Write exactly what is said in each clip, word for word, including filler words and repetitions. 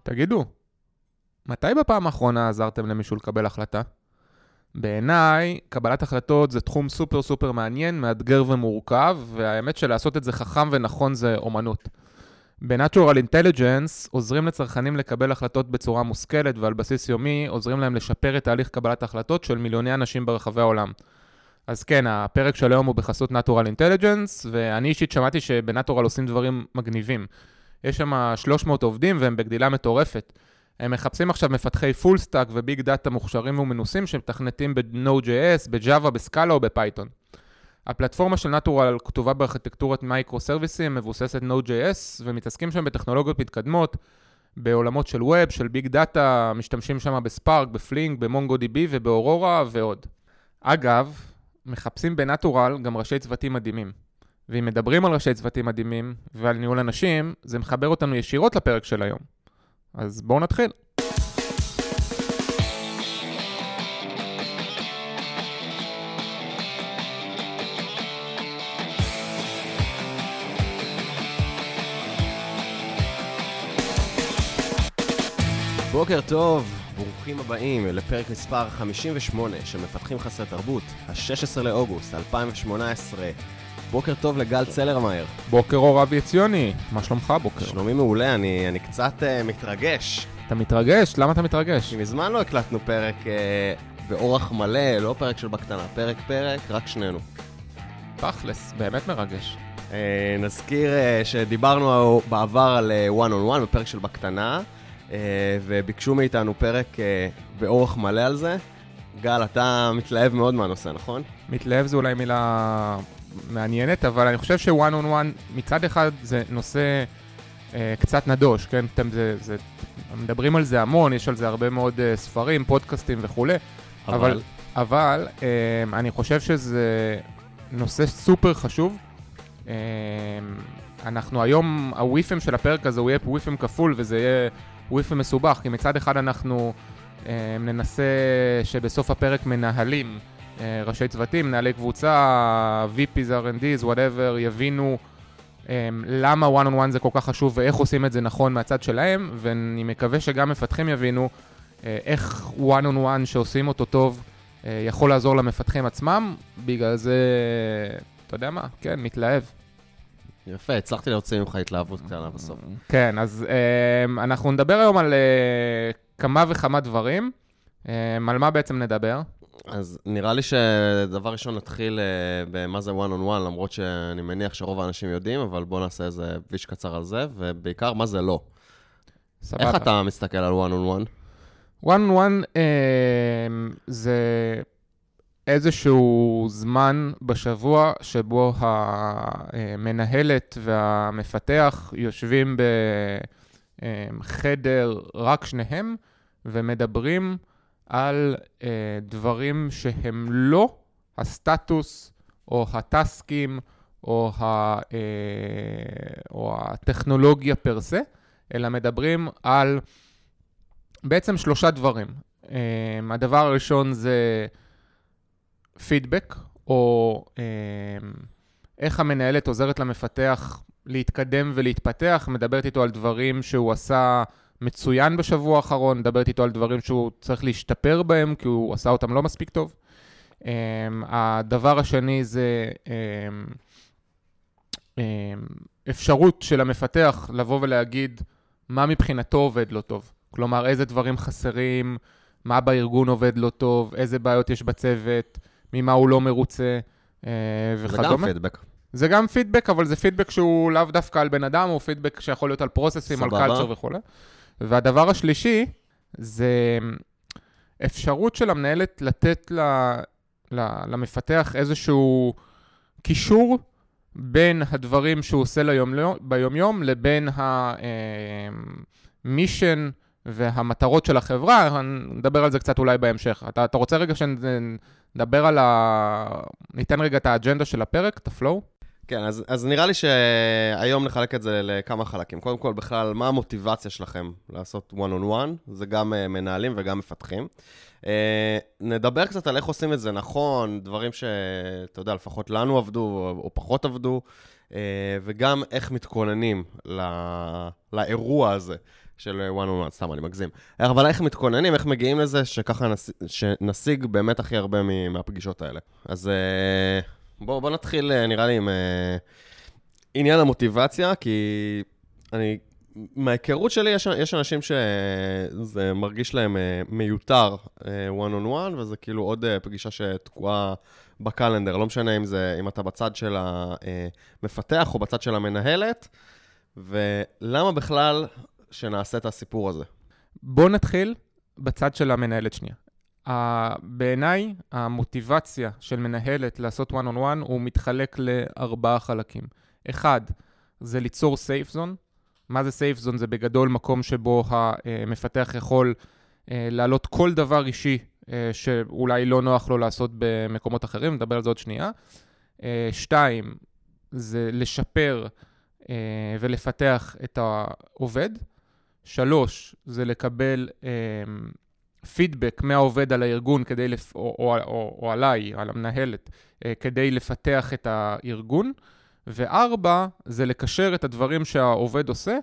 תגידו, מתי בפעם האחרונה עזרתם למישהו לקבל החלטה? בעיניי, קבלת החלטות זה תחום סופר סופר מעניין, מאתגר ומורכב, והאמת שלעשות את זה חכם ונכון זה אומנות. ב-Natural Intelligence עוזרים לצרכנים לקבל החלטות בצורה מושכלת, ועל בסיס יומי עוזרים להם לשפר את תהליך קבלת החלטות של מיליוני אנשים ברחבי העולם. אז כן, הפרק של היום הוא בחסות Natural Intelligence, ואני אישית שמעתי שבנטורל עושים דברים מגניבים. יש שם שלוש מאות עובדים והם בגדילה מטורפת. הם מחפשים עכשיו מפתחי פול סטאק וביג דאטה מוכשרים ומנוסים שמתכנתים ב-Node.js, ב-Java, בסקאלה או בפייתון. הפלטפורמה של נטורל כתובה בארכיטקטורת מייקרו-סרוויסים, מבוססת Node.js, ומתעסקים שם בטכנולוגיות מתקדמות, בעולמות של ווב, של ביג דאטה, משתמשים שם בספארק, בפלינק, במונגו-די בי ובאורורה ועוד. אגב, מחפשים בנטורל גם ראשי צוותים מדהימים. ואם מדברים על ראשי צוותים מדהימים ועל ניהול אנשים, זה מחבר אותנו ישירות לפרק של היום. אז בואו נתחיל. בוקר טוב, ברוכים הבאים לפרק מספר חמישים ושמונה של מפתחים חסרי תרבות, ה-שישה עשר לאוגוסט אלפיים שמונה עשרה. בוקר טוב לגל צלרמייר. בוקר אור אבי עציוני, מה שלומך בוקר? שלומי מעולה, אני, אני קצת uh, מתרגש. אתה מתרגש? למה אתה מתרגש? מזמן לא הקלטנו פרק uh, באורח מלא, לא פרק של בקטנה, פרק פרק, רק שנינו. תכלס, באמת מרגש. Uh, נזכיר uh, שדיברנו בעבר על uh, one on one בפרק של בקטנה, uh, וביקשו מאיתנו פרק uh, באורח מלא על זה. גל, אתה מתלהב מאוד מהנושא, נכון? מתלהב זה אולי מילה מעניינת, אבל אני חושב ש-one on one מצד אחד זה נושא אה, קצת נדוש, כן? אתם זה, זה, מדברים על זה המון, יש על זה הרבה מאוד אה, ספרים, פודקאסטים וכו'. אבל, אבל, אבל אה, אני חושב שזה נושא סופר חשוב. אה, אנחנו היום, הוויפים של הפרק הזה הוא יהיה וויפים כפול, וזה יהיה וויפים מסובך, כי מצד אחד אנחנו אה, ננסה שבסוף הפרק מנהלים, ראשי צוותים, מנהלי קבוצה, וי פי'ס, אר אנד די'ס, whatever, יבינו um, למה one on one זה כל כך חשוב ואיך עושים את זה נכון מהצד שלהם, ואני מקווה שגם מפתחים יבינו uh, איך one on one שעושים אותו טוב uh, יכול לעזור למפתחים עצמם, בגלל זה, אתה יודע מה? כן, מתלהב. יפה, הצלחתי להוציא ממך התלהבות קטנה בסוף. כן, אז uh, אנחנו נדבר היום על uh, כמה וכמה דברים. Uh, על מה בעצם נדבר? אז נראה לי שדבר ראשון נתחיל במה זה one on one, למרות שאני מניח שרוב האנשים יודעים, אבל בואו נעשה איזה ויש קצר על זה, ובעיקר מה זה לא. סבבה. איך אתה מסתכל על one on one? one on one אה, זה איזשהו זמן בשבוע שבו המנהלת והמפתח יושבים בחדר רק שניהם ומדברים על uh, דברים שהם לא הסטטוס או הטסקים או, ה, uh, או הטכנולוגיה פרסה, אלא מדברים על בעצם שלושה דברים. Uh, הדבר הראשון זה פידבק, או uh, איך המנהלת עוזרת למפתח להתקדם ולהתפתח, מדברת איתו על דברים שהוא עשה מצוין בשבוע האחרון, מדברת איתו על דברים שהוא צריך להשתפר בהם, כי הוא עשה אותם לא מספיק טוב. Um, הדבר השני זה um, um, אפשרות של המפתח לבוא ולהגיד מה מבחינתו עובד לא טוב. כלומר, איזה דברים חסרים, מה בארגון עובד לא טוב, איזה בעיות יש בצוות, ממה הוא לא מרוצה, uh, וכדומה. זה גם פידבק. זה גם פידבק, אבל זה פידבק שהוא לאו דווקא על בן אדם, או פידבק שיכול להיות על פרוססים, סבבה. על קלצ'ר וכו'. והדבר השלישי זה אפשרות של המנהלת לתת למפתח איזשהו קישור בין הדברים שהוא עושה ביום יום לבין המישן והמטרות של החברה. נדבר על זה קצת אולי בהמשך. אתה, אתה רוצה רגע שנדבר על ה... ניתן רגע את האג'נדה של הפרק, את הפלואו? כן, אז, אז נראה לי שהיום נחלק את זה לכמה חלקים. קודם כל, בכלל, מה המוטיבציה שלכם לעשות one on one? זה גם מנהלים וגם מפתחים. נדבר קצת על איך עושים את זה נכון, דברים שאתה יודע, לפחות לנו עבדו או פחות עבדו. וגם איך מתכוננים לאירוע הזה של one on one, סתם אני מגזים. אבל איך מתכוננים, איך מגיעים לזה, שככה נשיג באמת הכי הרבה מהפגישות האלה. אז בואו נתחיל, נראה לי, עם עניין המוטיבציה, כי אני... מההיכרות שלי, יש, יש אנשים שזה מרגיש להם מיותר one on one, וזה כאילו עוד פגישה שתקועה בקלנדר. לא משנה אם זה, אם אתה בצד של המפתח או בצד של המנהלת, ולמה בכלל שנעשה את הסיפור הזה? בוא נתחיל בצד של המנהלת שנייה. Uh, בעיניי, המוטיבציה של מנהלת לעשות one on one הוא מתחלק לארבעה חלקים. אחד, זה ליצור safe zone. מה זה safe zone? זה בגדול מקום שבו המפתח יכול לעלות כל דבר אישי שאולי לא נוח לו לעשות במקומות אחרים, נדבר על זה עוד שנייה. שתיים, זה לשפר ולפתח את העובד. שלוש, זה לקבל פידבק מהעובד על הארגון כדי לפ... או, או, או, או עליי, על המנהלת, כדי לפתח את הארגון. וארבע, זה לקשר את הדברים שהעובד עושה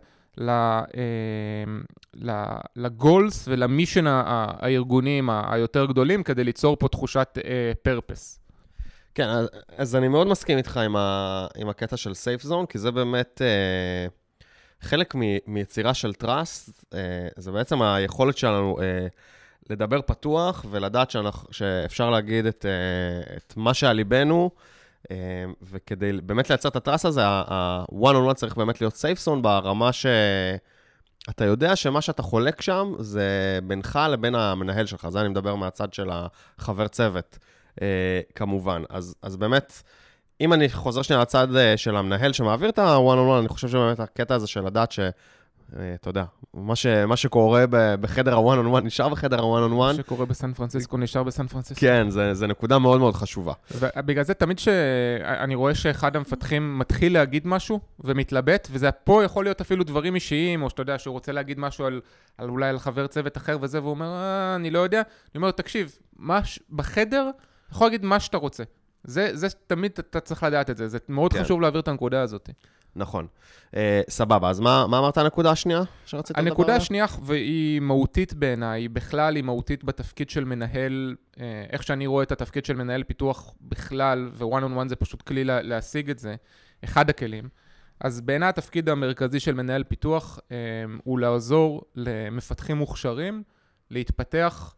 לגולס ולמישן הארגונים היותר גדולים, כדי ליצור פה תחושת פרפס. כן, אז, אז אני מאוד מסכים איתך עם, ה, עם הקטע של safe zone, כי זה באמת אה, חלק מ, מיצירה של trust, אה, זה בעצם היכולת שלנו אה, לדבר פתוח, ולדעת שאנחנו, שאפשר להגיד את, אה, את מה שעל ליבנו, וכדי באמת לייצר את הטרס הזה, ה-one on one צריך באמת להיות safe zone ברמה שאתה יודע שמה שאתה חולק שם זה בינך לבין המנהל שלך. זה אני מדבר מהצד של החבר צוות, כמובן. אז, אז באמת, אם אני חוזר שנייה לצד של המנהל שמעביר את ה-one on one, אני חושב שבאמת הקטע הזה של לדעת ש... אתה יודע, מה, ש, מה שקורה בחדר ה-one on one נשאר בחדר ה-one on one. מה שקורה בסן פרנסיסקו נשאר בסן פרנסיסקו. כן, זה, זה נקודה מאוד מאוד חשובה. ובגלל זה תמיד שאני רואה שאחד המפתחים מתחיל להגיד משהו ומתלבט, וזה פה יכול להיות אפילו דברים אישיים, או שאתה יודע שהוא רוצה להגיד משהו על, על אולי על חבר צוות אחר וזה, והוא אומר, אה, אני לא יודע. אני אומר, תקשיב, מש, בחדר יכול להגיד מה שאתה רוצה. זה, זה תמיד אתה צריך לדעת את זה. זה מאוד כן. חשוב להעביר את הנקודה הזאת. נכון. אה, סבבה, אז מה, מה אמרת הנקודה השנייה שרצית לדבר עליה? הנקודה השנייה, והיא מהותית בעיניי, היא בכלל היא מהותית בתפקיד של מנהל, אה, איך שאני רואה את התפקיד של מנהל פיתוח בכלל, ו-one on one זה פשוט כלי לה, להשיג את זה, אחד הכלים. אז בעיניי התפקיד המרכזי של מנהל פיתוח, אה, הוא לעזור למפתחים מוכשרים, להתפתח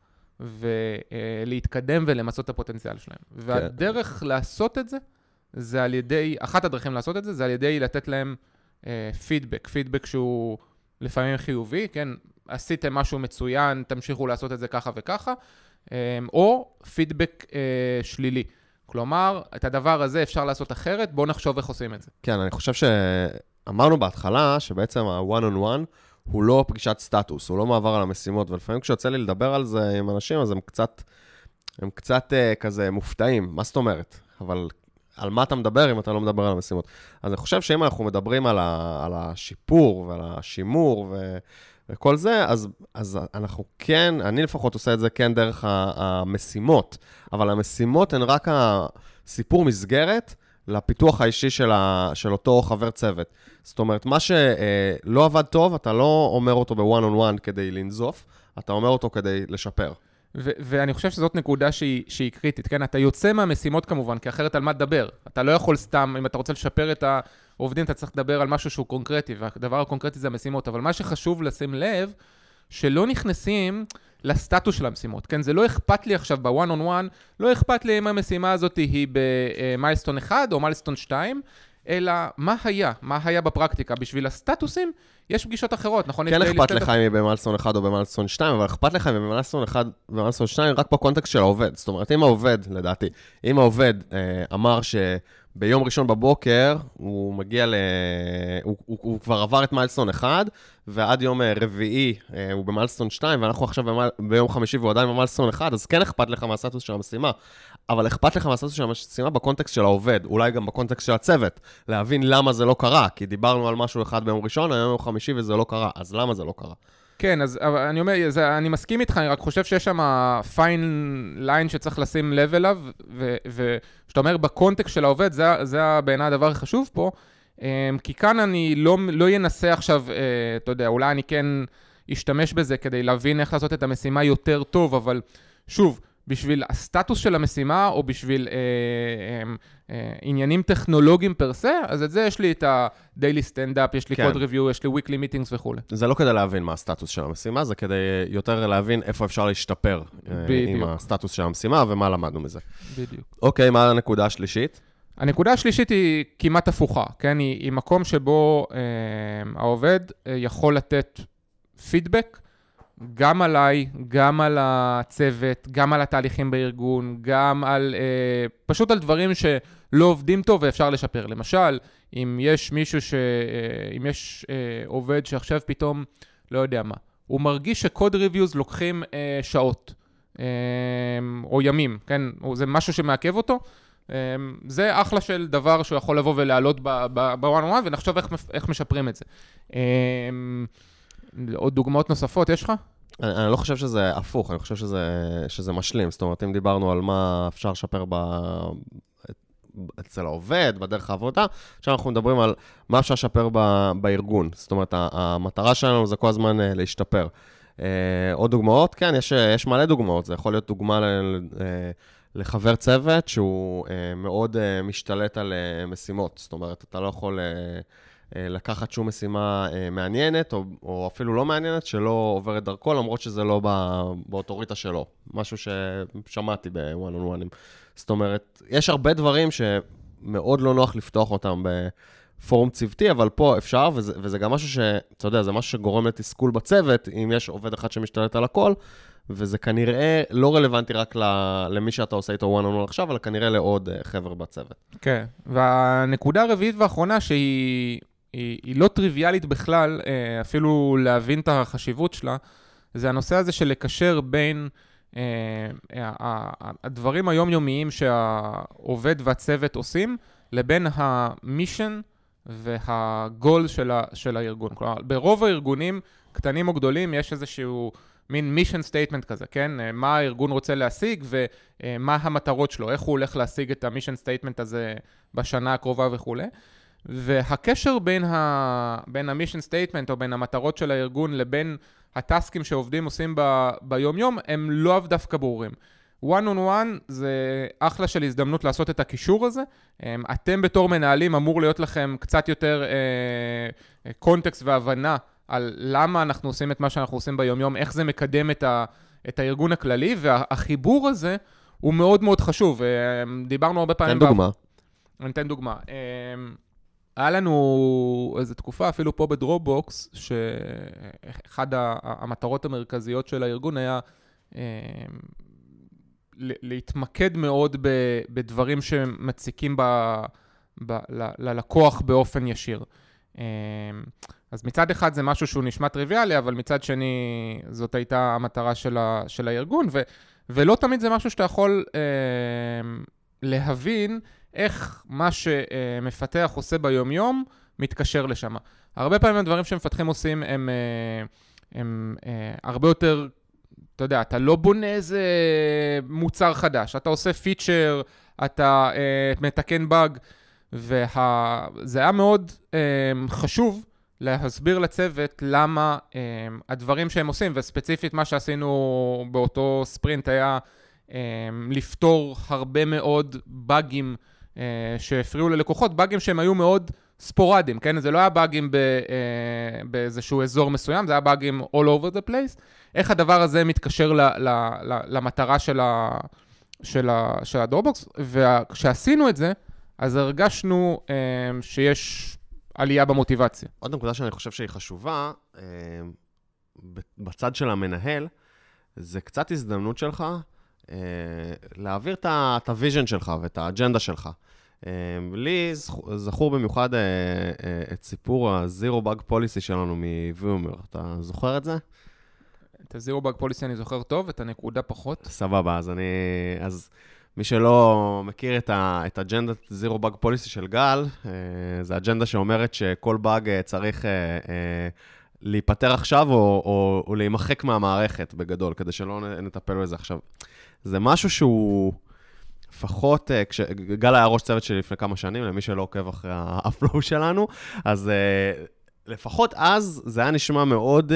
ולהתקדם ולמצות את הפוטנציאל שלהם. והדרך כן. לעשות את זה, זה על ידי, אחת הדרכים לעשות את זה, זה על ידי לתת להם אה, פידבק, פידבק שהוא לפעמים חיובי, כן, עשיתם משהו מצוין, תמשיכו לעשות את זה ככה וככה, אה, או פידבק אה, שלילי. כלומר, את הדבר הזה אפשר לעשות אחרת, בואו נחשוב איך עושים את זה. כן, אני חושב שאמרנו בהתחלה, שבעצם ה-one on one הוא לא פגישת סטטוס, הוא לא מעבר על המשימות, ולפעמים כשיוצא לי לדבר על זה עם אנשים, אז הם קצת, הם קצת אה, כזה מופתעים, מה זאת אומרת? אבל... על מה אתה מדבר אם אתה לא מדבר על המשימות. אז אני חושב שאם אנחנו מדברים על, ה, על השיפור ועל השימור ו, וכל זה, אז, אז אנחנו כן, אני לפחות עושה את זה כן דרך המשימות, אבל המשימות הן רק הסיפור מסגרת לפיתוח האישי של, ה, של אותו חבר צוות. זאת אומרת, מה שלא עבד טוב, אתה לא אומר אותו ב-one on one כדי לנזוף, אתה אומר אותו כדי לשפר. ו- ואני חושב שזאת נקודה שהיא, שהיא קריטית, כן? אתה יוצא מהמשימות כמובן, כי אחרת על מה תדבר. אתה לא יכול סתם, אם אתה רוצה לשפר את העובדים, אתה צריך לדבר על משהו שהוא קונקרטי, והדבר הקונקרטי זה המשימות. אבל מה שחשוב לשים לב, שלא נכנסים לסטטוס של המשימות, כן? זה לא אכפת לי עכשיו ב-one on one, לא אכפת לי אם המשימה הזאת היא במיילסטון אחד או מיילסטון שתיים, אלא מה היה, מה היה בפרקטיקה. בשביל הסטטוסים, יש פגישות אחרות, נכון? כן אכפת לך אם היא במיילסטון אחד או במיילסטון שתיים, אבל אכפת לך אם היא במיילסטון אחד ובמיילסטון שתיים, רק בקונטקסט של העובד. זאת אומרת, אם העובד, לדעתי, אם העובד אה, אמר שביום ראשון בבוקר, הוא מגיע ל... הוא, הוא, הוא כבר עבר את מיילסטון אחד, ועד יום רביעי אה, הוא במיילסטון שתיים, ואנחנו עכשיו במייל... ביום חמישי והוא עדיין במיילסטון אחד, אז כן אכפת לך מהסטטוס של המשימה. אבל אכפת לך מהסטטוס של המשימה בקונטקסט של העובד, אולי גם בקונטקסט של הצוות, להבין למה זה לא קרה, כי דיברנו על משהו אחד ביום ראשון, היום יום חמישי וזה לא קרה, אז למה זה לא קרה? כן, אז אני אומר, זה, אני מסכים איתך, אני רק חושב שיש שם פיין ליין שצריך לשים לב אליו, ושאתה אומר בקונטקסט של העובד, זה, זה בעיניי הדבר החשוב פה, כי כאן אני לא, לא ינסה עכשיו, אתה יודע, אולי אני כן אשתמש בזה כדי להבין איך לעשות את המשימה יותר טוב, אבל שוב, בשביל הסטטוס של המשימה, או בשביל אה, אה, אה, עניינים טכנולוגיים פרסה, אז את זה יש לי את ה-daily stand-up, יש לי כן. code review, יש לי weekly meetings וכו'. זה לא כדי להבין מה הסטטוס של המשימה, זה כדי יותר להבין איפה אפשר להשתפר בדיוק. עם הסטטוס של המשימה, ומה למדנו מזה. בדיוק. אוקיי, מה הנקודה השלישית? הנקודה השלישית היא כמעט הפוכה, כן? היא, היא מקום שבו אה, העובד אה, יכול לתת פידבק, גם עליי, גם על הצוות, גם על התהליכים בארגון, גם על, אה, פשוט על דברים שלא עובדים טוב ואפשר לשפר. למשל, אם יש מישהו ש... אה, אם יש אה, עובד שעכשיו פתאום, לא יודע מה, הוא מרגיש שקוד ריוויוז לוקחים אה, שעות, אה, או ימים, כן? או זה משהו שמעכב אותו, אה, זה אחלה של דבר שהוא יכול לבוא ולעלות ב-one on one, ונחשוב איך, איך משפרים את זה. אה, עוד דוגמאות נוספות, יש לך? אני, אני לא חושב שזה הפוך, אני חושב שזה, שזה משלים. זאת אומרת, אם דיברנו על מה אפשר לשפר ב, אצל העובד, בדרך העבודה, עכשיו אנחנו מדברים על מה אפשר לשפר ב, בארגון. זאת אומרת, המטרה שלנו זה כל הזמן להשתפר. עוד דוגמאות? כן, יש, יש מלא דוגמאות. זה יכול להיות דוגמה ל, לחבר צוות שהוא מאוד משתלט על משימות. זאת אומרת, אתה לא יכול לקחת שום משימה מעניינת, או, או אפילו לא מעניינת, שלא עוברת דרכו, למרות שזה לא באוטוריטה שלו. משהו ששמעתי ב-one on one. זאת אומרת, יש הרבה דברים שמאוד לא נוח לפתוח אותם בפורום צוותי, אבל פה אפשר, וזה, וזה גם משהו ש, אתה יודע, זה משהו שגורם לתסכול בצוות, אם יש עובד אחד שמשתלט על הכל, וזה כנראה לא רלוונטי רק למי שאתה עושה איתו one on one עכשיו, אלא כנראה לעוד חבר בצוות. כן, והנקודה הרביעית והאחרונה שהיא היא, היא לא טריוויאלית בכלל, אפילו להבין את החשיבות שלה, זה הנושא הזה של לקשר בין הדברים היומיומיים שהעובד והצוות עושים, לבין המישן והגול של, ה, של הארגון. כלומר, ברוב הארגונים, קטנים או גדולים, יש איזשהו מין מישן סטייטמנט כזה, כן? מה הארגון רוצה להשיג ומה המטרות שלו, איך הוא הולך להשיג את המישן סטייטמנט הזה בשנה הקרובה וכו'. והקשר בין ה בין המישן סטייטמנט או בין המטרות של הארגון לבין הטסקים שעובדים עושים ב, ביום יום, הם לא דווקא ברורים. one on one זה אחלה של הזדמנות לעשות את הקישור הזה. אתם בתור מנהלים אמור להיות לכם קצת יותר אה, קונטקסט והבנה על למה אנחנו עושים את מה שאנחנו עושים ביום יום, איך זה מקדם את, ה, את הארגון הכללי, והחיבור הזה הוא מאוד מאוד חשוב. דיברנו הרבה פעמים... תן דוגמה. אני אתן דוגמה. היה לנו איזו תקופה, אפילו פה בדרופבוקס, שאחד המטרות המרכזיות של הארגון היה להתמקד מאוד בדברים שמציקים ללקוח באופן ישיר. אז מצד אחד זה משהו שהוא נשמע טריוויאלי, אבל מצד שני זאת הייתה המטרה של, ה, של הארגון, ו, ולא תמיד זה משהו שאתה יכול אה, להבין איך מה שמפתח עושה ביום יום מתקשר לשם. הרבה פעמים הדברים שמפתחים עושים הם, הם, הם אה, הרבה יותר, אתה יודע, אתה לא בונה איזה מוצר חדש, אתה עושה פיצ'ר, אתה אה, מתקן באג, וזה היה מאוד אה, חשוב להסביר לצוות למה אה, הדברים שהם עושים, וספציפית מה שעשינו באותו ספרינט היה אה, לפתור הרבה מאוד באגים אה, שהפריעו ללקוחות, באגים שהם היו מאוד ספורדיים, כן? זה לא היה באגים ב, אה, באיזשהו אזור מסוים, זה היה באגים all over the place. איך הדבר הזה מתקשר ל, ל, ל, למטרה של, ה, של, ה, של הדרופבוקס, וכשעשינו את זה, אז הרגשנו אה, שיש עלייה במוטיבציה. עוד נקודה שאני חושב שהיא חשובה, אה, בצד של המנהל, זה קצת הזדמנות שלך, אה, להעביר את הוויז'ן שלך ואת האג'נדה שלך. אה, לי זכור במיוחד אה, אה, את סיפור ה-Zero Bug Policy שלנו מוויומר. אתה זוכר את זה? את ה-Zero Bug Policy אני זוכר טוב, את הנקודה פחות. סבבה, אז אני... אז... מי שלא מכיר את, ה, את אג'נדת Zero Bug Policy של גל, זה אג'נדה שאומרת שכל באג צריך להיפטר עכשיו או, או, או להימחק מהמערכת בגדול, כדי שלא נטפל בזה עכשיו. זה משהו שהוא לפחות, גל היה ראש צוות שלי לפני כמה שנים, למי שלא עוקב אחרי הפלואו שלנו, אז לפחות אז זה היה נשמע מאוד,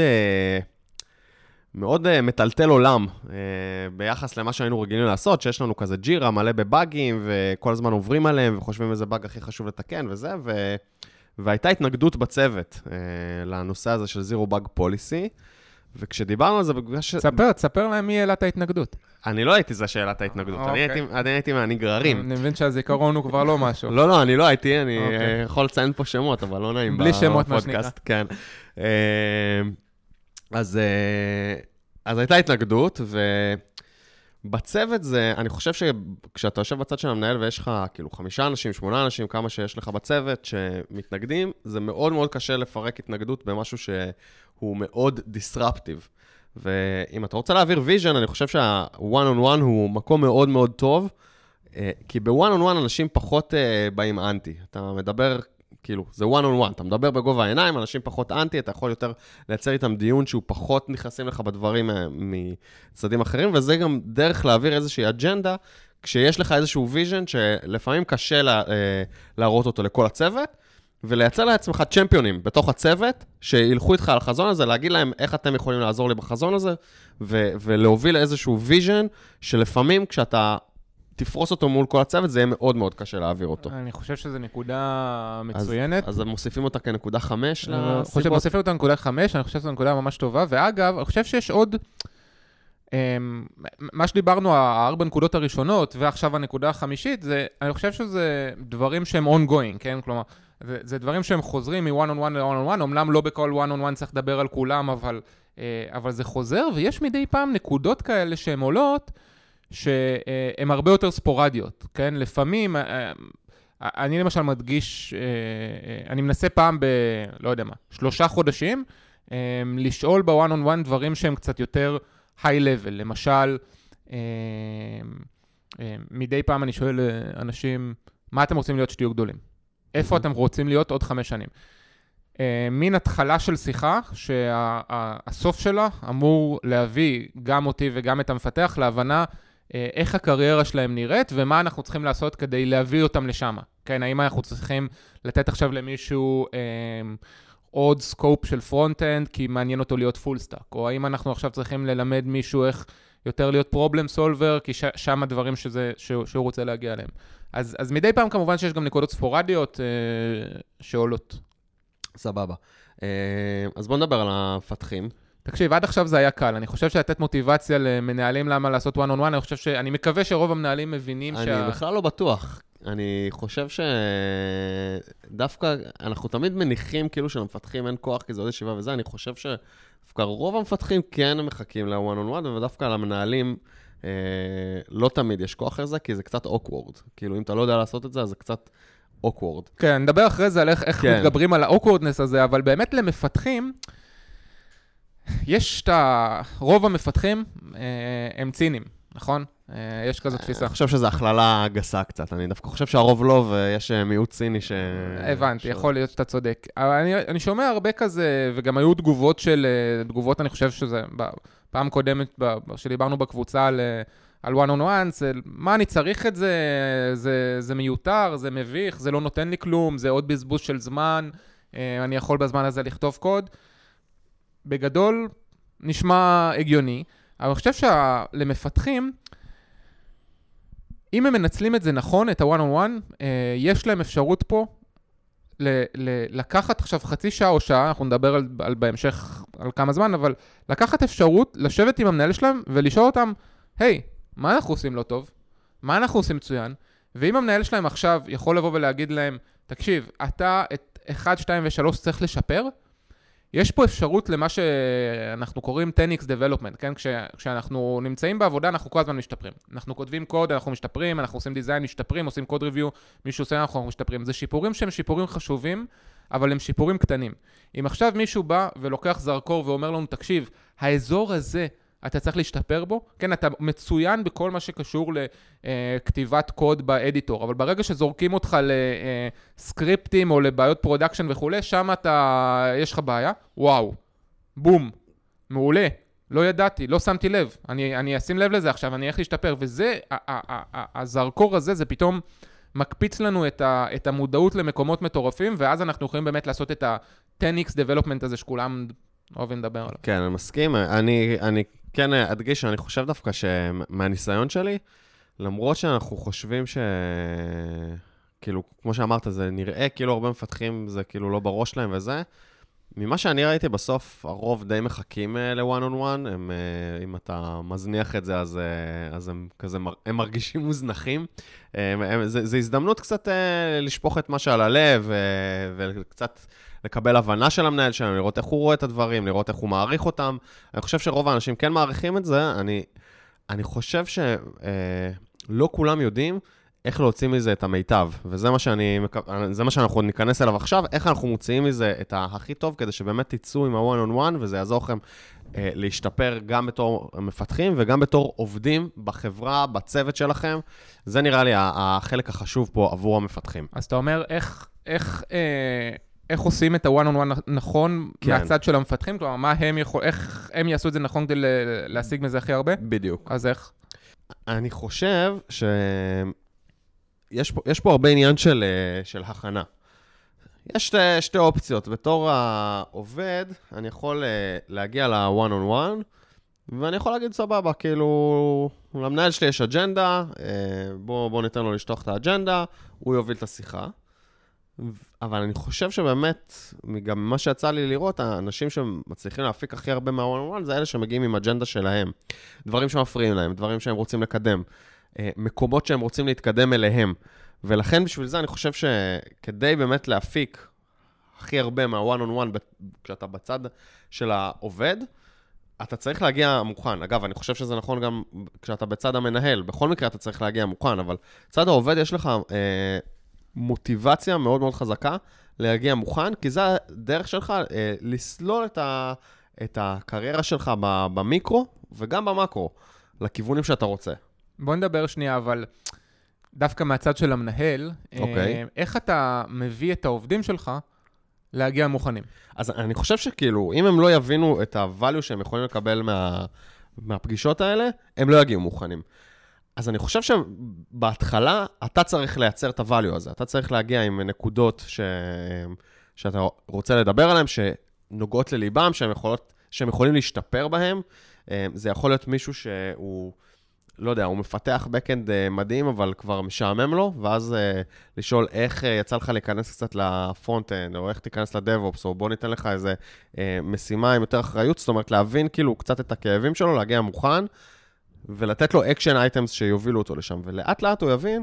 מאוד מטלטל עולם, ביחס למה שהיינו רגילים לעשות, שיש לנו כזה ג'ירה מלא בבאגים, וכל הזמן עוברים עליהם, וחושבים איזה באג הכי חשוב לתקן וזה, ו... והייתה התנגדות בצוות לנושא הזה של זירו באג פוליסי, וכשדיברנו על זה בגלל ש... תספר, תספר להם מי העלה את ההתנגדות. אני לא הייתי זה שאלת ההתנגדות, אני הייתי מהנגררים. אני מבין שהזיכרון הוא כבר לא משהו. לא, לא, אני לא הייתי, אני יכול לציין פה שמות, אבל לא נעים בפודקאסט. בלי שמות, מה שנקרא. כן. אז הייתה התנגדות, ובצוות זה, אני חושב שכשאתה יושב בצד של המנהל ויש לך כאילו חמישה אנשים, שמונה אנשים, כמה שיש לך בצוות שמתנגדים, זה מאוד מאוד קשה לפרק התנגדות במשהו שהוא מאוד disruptive. ואם אתה רוצה להעביר vision, אני חושב שה-one on one הוא מקום מאוד מאוד טוב, כי ב-one on one אנשים פחות באים אנטי. אתה מדבר, כאילו, זה one on one, אתה מדבר בגובה העיניים, אנשים פחות אנטי, אתה יכול יותר לייצר איתם דיון שהוא פחות נכנסים לך בדברים מצדדים אחרים, וזה גם דרך להעביר איזושהי אג'נדה, כשיש לך איזשהו vision שלפעמים קשה לה, להראות אותו לכל הצוות, ולייצר לעצמך צ'מפיונים בתוך הצוות, שילכו איתך על החזון הזה, להגיד להם איך אתם יכולים לעזור לי בחזון הזה, ו- ולהוביל איזשהו ויז'ן, שלפעמים כשאתה תפרוס אותו מול כל הצוות, זה יהיה מאוד מאוד קשה להעביר אותו. אני חושב שזו נקודה מצוינת. אז, אז מוסיפים אותה כנקודה חמש לסיבות? אני חושב שמוסיפים אותה כנקודה חמש, אני חושב שזו נקודה ממש טובה, ואגב, אני חושב שיש עוד, מה שדיברנו, הארבע נקודות הראשונות, ועכשיו הנקודה החמישית, זה, אני חושב שזה דברים שהם ongoing, כן? כלומר, זה, זה דברים שהם חוזרים מ-one on one ל-one on one, אומנם לא בכל one on one צריך לדבר על כולם, אבל, אבל זה חוזר, ויש מדי פעם נקודות כאלה שהן עולות, שהן הרבה יותר ספורדיות, כן? לפעמים, אני למשל מדגיש, אני מנסה פעם ב, לא יודע מה, שלושה חודשים, לשאול ב-one on one דברים שהם קצת יותר high level, למשל, מדי פעם אני שואל אנשים, מה אתם רוצים להיות שתהיו גדולים? איפה אתם רוצים להיות עוד חמש שנים? מין התחלה של שיחה, שהסוף שלה אמור להביא גם אותי וגם את המפתח להבנה איך הקריירה שלהם נראית, ומה אנחנו צריכים לעשות כדי להביא אותם לשם. כן, האם אנחנו צריכים לתת עכשיו למישהו עוד סקופ של פרונט-אנד, כי מעניין אותו להיות פול סטאק, או האם אנחנו עכשיו צריכים ללמד מישהו איך יותר להיות פרובלם סולבר, כי ש- שם הדברים שזה, שהוא, שהוא רוצה להגיע אליהם. אז, אז מדי פעם כמובן שיש גם נקודות ספורדיות אה, שעולות. סבבה. אה, אז בוא נדבר על המפתחים. תקשיב, עד עכשיו זה היה קל. אני חושב שלתת מוטיבציה למנהלים למה לעשות one on one, אני חושב ש... אני מקווה שרוב המנהלים מבינים אני שה... אני בכלל לא בטוח. אני חושב שדווקא אנחנו תמיד מניחים כאילו שלמפתחים אין כוח, כי זה עוד ישיבה וזה. אני חושב שדווקא רוב המפתחים כן מחכים ל-one on one, ודווקא למנהלים אה, לא תמיד יש כוח לזה, כי זה קצת awkward. כאילו, אם אתה לא יודע לעשות את זה, אז זה קצת awkward. כן, נדבר אחרי זה על איך, איך כן. מתגברים על ה-awkwardness הזה, אבל באמת למפתחים, יש את ה... רוב המפתחים אה, הם צינים, נכון? אה, יש כזו תפיסה. אני חושב שזו הכללה גסה קצת. אני דווקא חושב שהרוב לא, ויש מיעוט ציני ש... הבנתי, ש... יכול להיות שאתה צודק. אבל אני, אני שומע הרבה כזה, וגם היו תגובות של... תגובות, אני חושב שזה... פעם קודמת שדיברנו בקבוצה על, על one on one, זה, מה אני צריך את זה? זה, זה מיותר, זה מביך, זה לא נותן לי כלום, זה עוד בזבוז של זמן, אה, אני יכול בזמן הזה לכתוב קוד. בגדול, נשמע הגיוני, אבל אני חושב שלמפתחים, אם הם מנצלים את זה נכון, את ה-one on one, יש להם אפשרות פה ל- ל- לקחת עכשיו חצי שעה או שעה, אנחנו נדבר על, על בהמשך על כמה זמן, אבל לקחת אפשרות לשבת עם המנהל שלהם ולשאול אותם, היי, מה אנחנו עושים לא טוב? מה אנחנו עושים מצוין? ואם המנהל שלהם עכשיו יכול לבוא ולהגיד להם, תקשיב, אתה את אחת, שתיים ושלוש צריך לשפר, יש פה אפשרות למה שאנחנו קוראים ten x development, כן? כש, כשאנחנו נמצאים בעבודה, אנחנו כל הזמן משתפרים. אנחנו כותבים קוד, אנחנו משתפרים, אנחנו עושים דיזיין, משתפרים, עושים קוד ריוויו, מישהו עושה, אנחנו משתפרים. זה שיפורים שהם שיפורים חשובים, אבל הם שיפורים קטנים. אם עכשיו מישהו בא ולוקח זרקור ואומר לנו, תקשיב, האזור הזה, אתה צריך להשתפר בו, כן, אתה מצוין בכל מה שקשור לכתיבת קוד באדיטור, אבל ברגע שזורקים אותך לסקריפטים או לבעיות פרודקשן וכו', שם אתה, יש לך בעיה, וואו, בום, מעולה, לא ידעתי, לא שמתי לב. אני, אני אשים לב לזה עכשיו, אני איך להשתפר. וזה, הזרקור הזה, זה פתאום מקפיץ לנו את, ה, את המודעות למקומות מטורפים, ואז אנחנו יכולים באמת לעשות את ה-עשר אקס development הזה שכולם אוהבים לדבר עליו. כן, אני מסכים. אני, אני כן אדגיש שאני חושב דווקא שמהניסיון שלי, למרות שאנחנו חושבים ש... כאילו, כמו שאמרת, זה נראה כאילו הרבה מפתחים, זה כאילו לא בראש להם וזה. ממה שאני ראיתי בסוף, הרוב די מחכים ל-one on one, הם, אם אתה מזניח את זה, אז, אז הם כזה, הם מרגישים מוזנחים. הם, הם, זה, זה הזדמנות קצת לשפוך את מה שעל הלב, וקצת לקבל הבנה של המנהל שלנו, לראות איך הוא רואה את הדברים, לראות איך הוא מעריך אותם. אני חושב שרוב האנשים כן מעריכים את זה. אני, אני חושב שלא כולם יודעים איך להוציא מזה את המיטב, וזה מה שאני, זה מה שאנחנו ניכנס אליו עכשיו, איך אנחנו מוציאים מזה את הכי טוב, כדי שבאמת תיצאו עם ה-one on one, וזה יעזור לכם אה, להשתפר גם בתור מפתחים, וגם בתור עובדים בחברה, בצוות שלכם. זה נראה לי החלק החשוב פה עבור המפתחים. אז אתה אומר, איך, איך, אה, איך עושים את ה-one on one נכון כן. מהצד של המפתחים? כלומר, מה הם יכול, איך הם יעשו את זה נכון כדי להשיג מזה הכי הרבה? בדיוק. אז איך? אני חושב ש... יש פה, יש פה הרבה עניין של, של הכנה. יש שתי, שתי אופציות. בתור העובד, אני יכול להגיע ל-one on one, ואני יכול להגיד סבבה, כאילו, למנהל שלי יש אג'נדה, בוא, בוא ניתן לו לשטוח את האג'נדה, הוא יוביל את השיחה. אבל אני חושב שבאמת, גם מה שיצא לי לראות, האנשים שמצליחים להפיק הכי הרבה מה-one on one, זה אלה שמגיעים עם אג'נדה שלהם. דברים שמפריעים להם, דברים שהם רוצים לקדם. מקומות שהם רוצים להתקדם אליהם. ולכן בשביל זה אני חושב שכדי באמת להפיק הכי הרבה מה-one on one, כשאתה בצד של העובד, אתה צריך להגיע מוכן. אגב, אני חושב שזה נכון גם כשאתה בצד המנהל. בכל מקרה אתה צריך להגיע מוכן, אבל צד העובד יש לך אה, מוטיבציה מאוד מאוד חזקה להגיע מוכן, כי זה הדרך שלך אה, לסלול את, ה, את הקריירה שלך במיקרו וגם במקרו, לכיוונים שאתה רוצה. בוא נדבר שנייה, אבל דווקא מהצד של המנהל, אוקיי. איך אתה מביא את העובדים שלך להגיע מוכנים? אז אני חושב שכאילו, אם הם לא יבינו את ה-value שהם יכולים לקבל מה, מהפגישות האלה, הם לא יגיעו מוכנים. אז אני חושב שבהתחלה אתה צריך לייצר את ה-value הזה. אתה צריך להגיע עם נקודות ש... שאתה רוצה לדבר עליהן, שנוגעות לליבם, שהם, יכולות... שהם יכולים להשתפר בהם. זה יכול להיות מישהו שהוא... לא יודע, הוא מפתח בקאנד מדהים, אבל כבר משעמם לו, ואז לשאול איך יצא לך להיכנס קצת לפרונט-אנד, או איך תיכנס לדב-אופס, או בוא ניתן לך איזה משימה עם יותר אחריות, זאת אומרת, להבין כאילו קצת את הכאבים שלו, להגיע מוכן, ולתת לו אקשן אייטמס שיובילו אותו לשם. ולאט לאט הוא יבין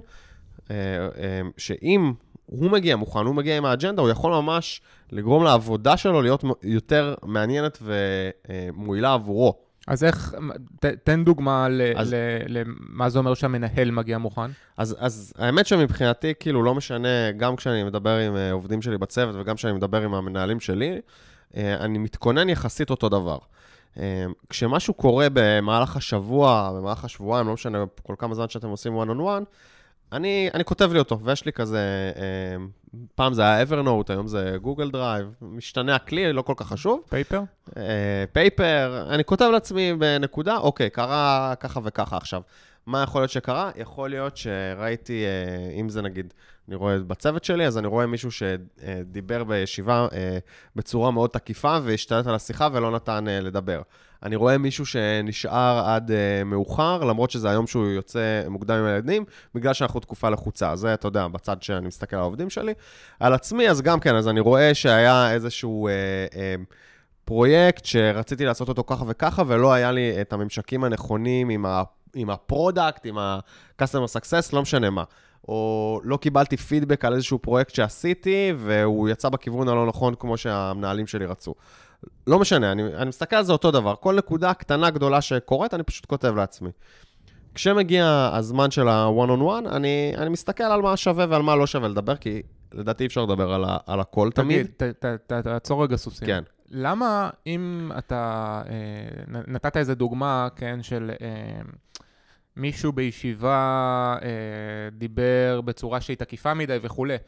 שאם הוא מגיע מוכן, הוא מגיע עם האג'נדה, הוא יכול ממש לגרום לעבודה שלו להיות יותר מעניינת ומועילה עבורו. אז איך, ת, תן דוגמה למה זה אומר שהמנהל מגיע מוכן? אז, אז האמת שמבחינתי, כאילו, לא משנה, גם כשאני מדבר עם עובדים שלי בצוות, וגם כשאני מדבר עם המנהלים שלי, אני מתכונן יחסית אותו דבר. כשמשהו קורה במהלך השבוע, במהלך השבועיים, לא משנה כל כמה זמן שאתם עושים one on one, אני, אני כותב לי אותו, ויש לי כזה, פעם זה היה Evernote, היום זה Google Drive, משתנה הכלי, לא כל כך חשוב. פייפר? פייפר, אני כותב לעצמי בנקודה, אוקיי, קרה ככה וככה עכשיו. מה יכול להיות שקרה? יכול להיות שראיתי, אם זה נגיד, אני רואה בצוות שלי, אז אני רואה מישהו שדיבר בישיבה בצורה מאוד תקיפה, והשתלט על השיחה ולא נתן לדבר. אני רואה מישהו שנשאר עד uh, מאוחר, למרות שזה היום שהוא יוצא מוקדם עם הילדים, בגלל שאנחנו תקופה לחוצה. זה, אתה יודע, בצד שאני מסתכל על העובדים שלי. על עצמי, אז גם כן, אז אני רואה שהיה איזשהו uh, uh, פרויקט שרציתי לעשות אותו ככה וככה, ולא היה לי את הממשקים הנכונים עם, ה, עם הפרודקט, עם ה-customer success, לא משנה מה. או לא קיבלתי פידבק על איזשהו פרויקט שעשיתי, והוא יצא בכיוון הלא נכון כמו שהמנהלים שלי רצו. לא משנה, אני, אני מסתכל על זה אותו דבר. כל נקודה קטנה גדולה שקורית, אני פשוט כותב לעצמי. כשמגיע הזמן של ה-one on one, אני, אני מסתכל על מה שווה ועל מה לא שווה לדבר, כי לדעתי אפשר לדבר על, ה, על הכל תמיד. תגיד, תעצור רגע סוסים. כן. למה אם אתה אה, נתת איזה דוגמה, כן, של אה, מישהו בישיבה אה, דיבר בצורה שהיא תקיפה מדי וכו',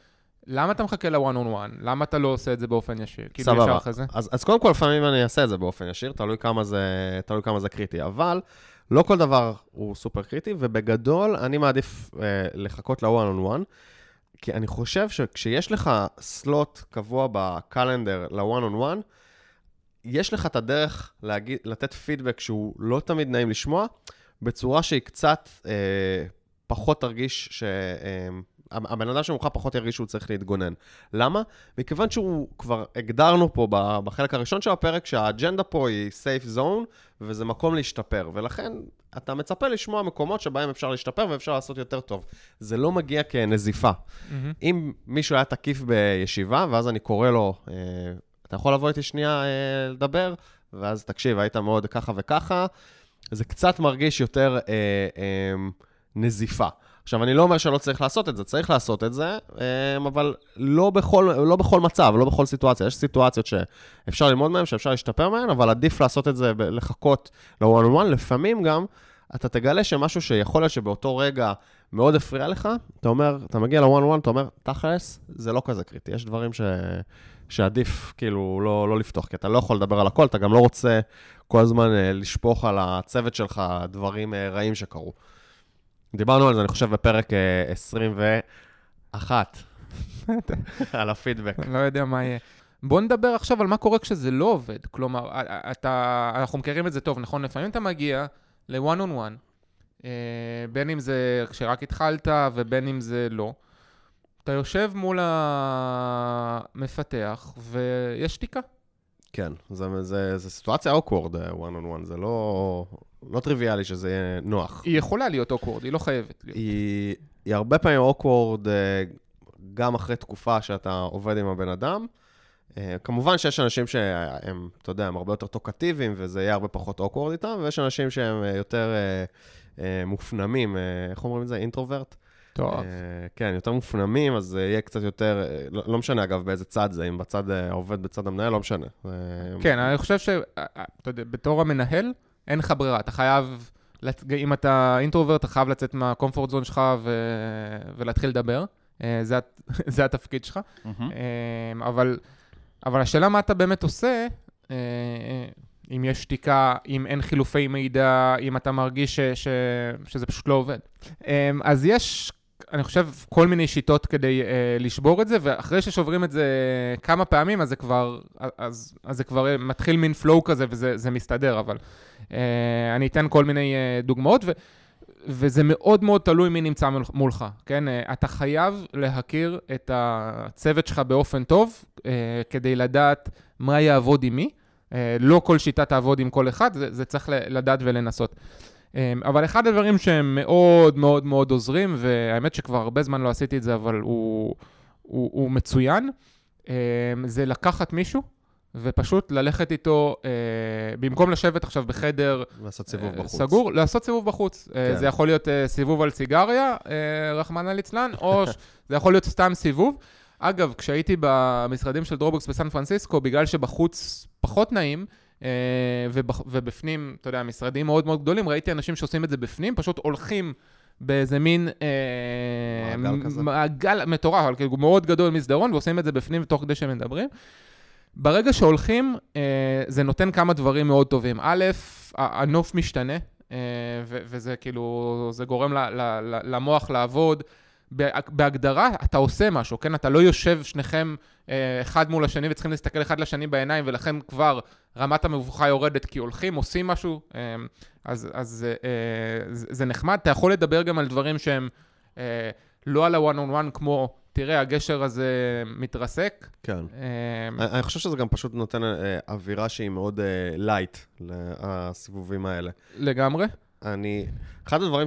למה אתה מחכה ל-one on one? למה אתה לא עושה את זה באופן ישיר? סבבה. אז, אז קודם כל, לפעמים אני אעשה את זה באופן ישיר, תלוי כמה זה, תלוי כמה זה קריטי, אבל לא כל דבר הוא סופר קריטי, ובגדול אני מעדיף אה, לחכות ל-one on one, כי אני חושב שכשיש לך סלוט קבוע בקלנדר ל-one on one, יש לך את הדרך להגיד, לתת פידבק שהוא לא תמיד נעים לשמוע, בצורה שהיא קצת אה, פחות תרגיש ש... אה, הבן אדם שמולך פחות ירגיש שהוא צריך להתגונן. למה? מכיוון שהוא כבר הגדרנו פה בחלק הראשון של הפרק שהאג'נדה פה היא safe zone, וזה מקום להשתפר, ולכן אתה מצפה לשמוע מקומות שבהם אפשר להשתפר ואפשר לעשות יותר טוב. זה לא מגיע כנזיפה. Mm-hmm. אם מישהו היה תקיף בישיבה, ואז אני קורא לו, אתה יכול לבוא איתי שנייה לדבר, ואז תקשיב, היית מאוד ככה וככה, זה קצת מרגיש יותר אה, אה, נזיפה. עכשיו, אני לא אומר שלא צריך לעשות את זה, צריך לעשות את זה, אבל לא בכל, לא בכל מצב, לא בכל סיטואציה. יש סיטואציות שאפשר ללמוד מהן, שאפשר להשתפר מהן, אבל עדיף לעשות את זה, לחכות ל-one on one. לפעמים גם, אתה תגלה שמשהו שיכול להיות שבאותו רגע מאוד הפריע לך, אתה אומר, אתה מגיע ל-one on one, אתה אומר, תכלס, זה לא כזה קריטי. יש דברים ש... שעדיף, כאילו, לא, לא לפתוח, כי אתה לא יכול לדבר על הכל, אתה גם לא רוצה כל הזמן לשפוך על הצוות שלך דברים רעים שקרו. דיברנו על זה, אני חושב, בפרק עשרים ואחת, על הפידבק. לא יודע מה יהיה. בוא נדבר עכשיו על מה קורה כשזה לא עובד. כלומר, אתה, אנחנו מכירים את זה טוב, נכון? לפעמים אתה מגיע ל-one on one, בין אם זה כשרק התחלת ובין אם זה לא. אתה יושב מול המפתח ויש שתיקה. כן, זה, זה, זה סיטואציה awkward, one on one, זה לא, לא טריוויאלי שזה יהיה נוח. היא יכולה להיות awkward, היא לא חייבת להיות. היא, היא הרבה פעמים awkward, גם אחרי תקופה שאתה עובד עם הבן אדם. כמובן שיש אנשים שהם, אתה יודע, הם הרבה יותר טוקטיביים, וזה יהיה הרבה פחות awkward איתם, ויש אנשים שהם יותר מופנמים, איך אומרים את זה? אינטרוברט? טוב. כן, יותר מופנמים, אז יהיה קצת יותר, לא משנה אגב באיזה צד זה, אם בצד עובד בצד המנהל, לא משנה. כן, אני חושב ש, אתה יודע, בתור המנהל, אין לך ברירה, אתה חייב, אם אתה אינטרוברט, אתה חייב לצאת מהקומפורט זון שלך ולהתחיל לדבר, זה התפקיד שלך, אבל השאלה מה אתה באמת עושה, אם יש שתיקה, אם אין חילופי מידע, אם אתה מרגיש שזה פשוט לא עובד. אז יש, אני חושב, כל מיני שיטות כדי uh, לשבור את זה, ואחרי ששוברים את זה כמה פעמים, אז זה כבר, אז, אז זה כבר מתחיל מין פלואו כזה, וזה זה מסתדר, אבל uh, אני אתן כל מיני uh, דוגמאות, ו, וזה מאוד מאוד תלוי מי נמצא מולך, כן? Uh, אתה חייב להכיר את הצוות שלך באופן טוב, uh, כדי לדעת מה יעבוד עם מי, uh, לא כל שיטה תעבוד עם כל אחד, זה, זה צריך לדעת ולנסות. אבל אחד הדברים שהם מאוד מאוד מאוד עוזרים, והאמת שכבר הרבה זמן לא עשיתי את זה, אבל הוא, הוא, הוא מצוין, זה לקחת מישהו, ופשוט ללכת איתו, במקום לשבת עכשיו בחדר לעשות סיבוב בחוץ. סגור, לעשות סיבוב בחוץ. כן. זה יכול להיות סיבוב על סיגריה, רחמנא ליצלן, או זה יכול להיות סתם סיבוב. אגב, כשהייתי במשרדים של דרופבוקס בסן פרנסיסקו, בגלל שבחוץ פחות נעים, ובפנים, אתה יודע, משרדים מאוד מאוד גדולים, ראיתי אנשים שעושים את זה בפנים, פשוט הולכים באיזה מין מעגל כזה. מעגל מטורף, אבל כאילו מאוד גדול מסדרון, ועושים את זה בפנים תוך כדי שהם מדברים. ברגע שהולכים, זה נותן כמה דברים מאוד טובים. א', הנוף משתנה, וזה כאילו, זה גורם למוח לעבוד. בהגדרה, אתה עושה משהו, כן? אתה לא יושב שניכם אחד מול השני וצריכים להסתכל אחד לשני בעיניים, ולכן כבר רמת המבוכה יורדת כי הולכים, עושים משהו, אז, אז זה נחמד. אתה יכול לדבר גם על דברים שהם לא על ה-one on one, כמו, תראה, הגשר הזה מתרסק. כן. אני חושב שזה גם פשוט נותן אווירה שהיא מאוד לייט לסיבובים האלה. לגמרי. אני, אחד הדברים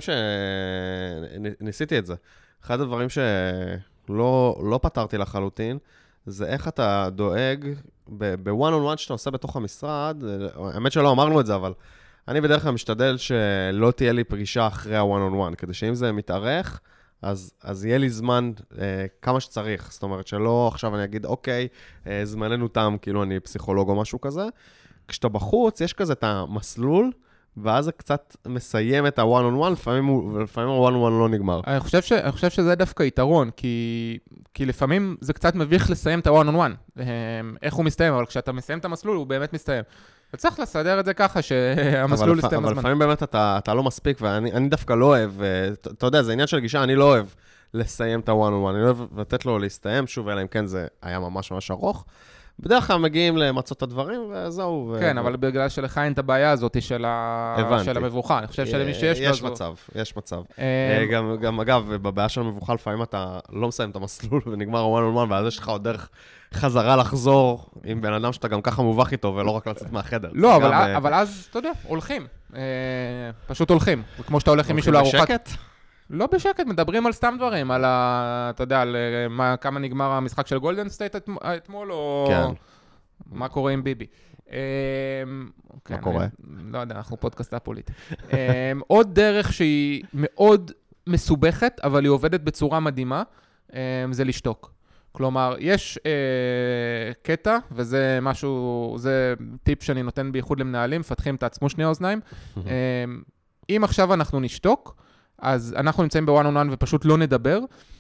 שניסיתי את זה, אחד הדברים שלא לא פתרתי לחלוטין, זה איך אתה דואג, ב-one on one שאתה עושה בתוך המשרד, האמת שלא אמרנו את זה, אבל אני בדרך כלל משתדל שלא תהיה לי פגישה אחרי ה-one on one, כדי שאם זה מתארך, אז, אז יהיה לי זמן אה, כמה שצריך. זאת אומרת שלא עכשיו אני אגיד, אוקיי, אה, זמננו תם, כאילו אני פסיכולוג או משהו כזה. כשאתה בחוץ, יש כזה את המסלול, ואז זה קצת מסיים את ה-one on one, לפעמים ה-one on one לא נגמר. אני חושב, ש, אני חושב שזה דווקא יתרון, כי, כי לפעמים זה קצת מביך לסיים את ה-one on one. איך הוא מסתיים, אבל כשאתה מסיים את המסלול, הוא באמת מסתיים. וצריך לסדר את זה ככה, שהמסלול יסתיים בזמן. אבל לפעמים באמת אתה, אתה לא מספיק, ואני דווקא לא אוהב, אתה יודע, זה עניין של גישה, אני לא אוהב לסיים את ה-one on one, אני לא אוהב לתת לו להסתיים, שוב, אלא אם כן זה היה ממש ממש ארוך. בדרך כלל מגיעים למצות את הדברים, וזהו. כן, אבל בגלל שלך אין את הבעיה הזאת של המבוכה. אני חושב שלמי שיש יש מצב, יש מצב. גם, אגב, בבעיה של המבוכה, לפעמים אתה לא מסיים את המסלול, ונגמר one on one, ואז יש לך עוד דרך חזרה לחזור עם בן אדם שאתה גם ככה מובך איתו, ולא רק לצאת מהחדר. לא, אבל אז, אתה יודע, הולכים. פשוט הולכים. כמו שאתה הולך עם מישהו לארוחת. הולכים בשקט? לא בשקט, מדברים על סתם דברים, על ה... אתה יודע, על מה, כמה נגמר המשחק של גולדן סטייט אתמול, או... כן. מה קורה עם ביבי. מה קורה? לא יודע, אנחנו פודקאסט הפוליטי. עוד דרך שהיא מאוד מסובכת, אבל היא עובדת בצורה מדהימה, זה לשתוק. כלומר, יש קטע, וזה משהו, זה טיפ שאני נותן בייחוד למנהלים, מפתחים, תעצמו שני האוזניים. אם עכשיו אנחנו נשתוק, אז אנחנו נמצאים בוואן און וואן ופשוט לא נדבר,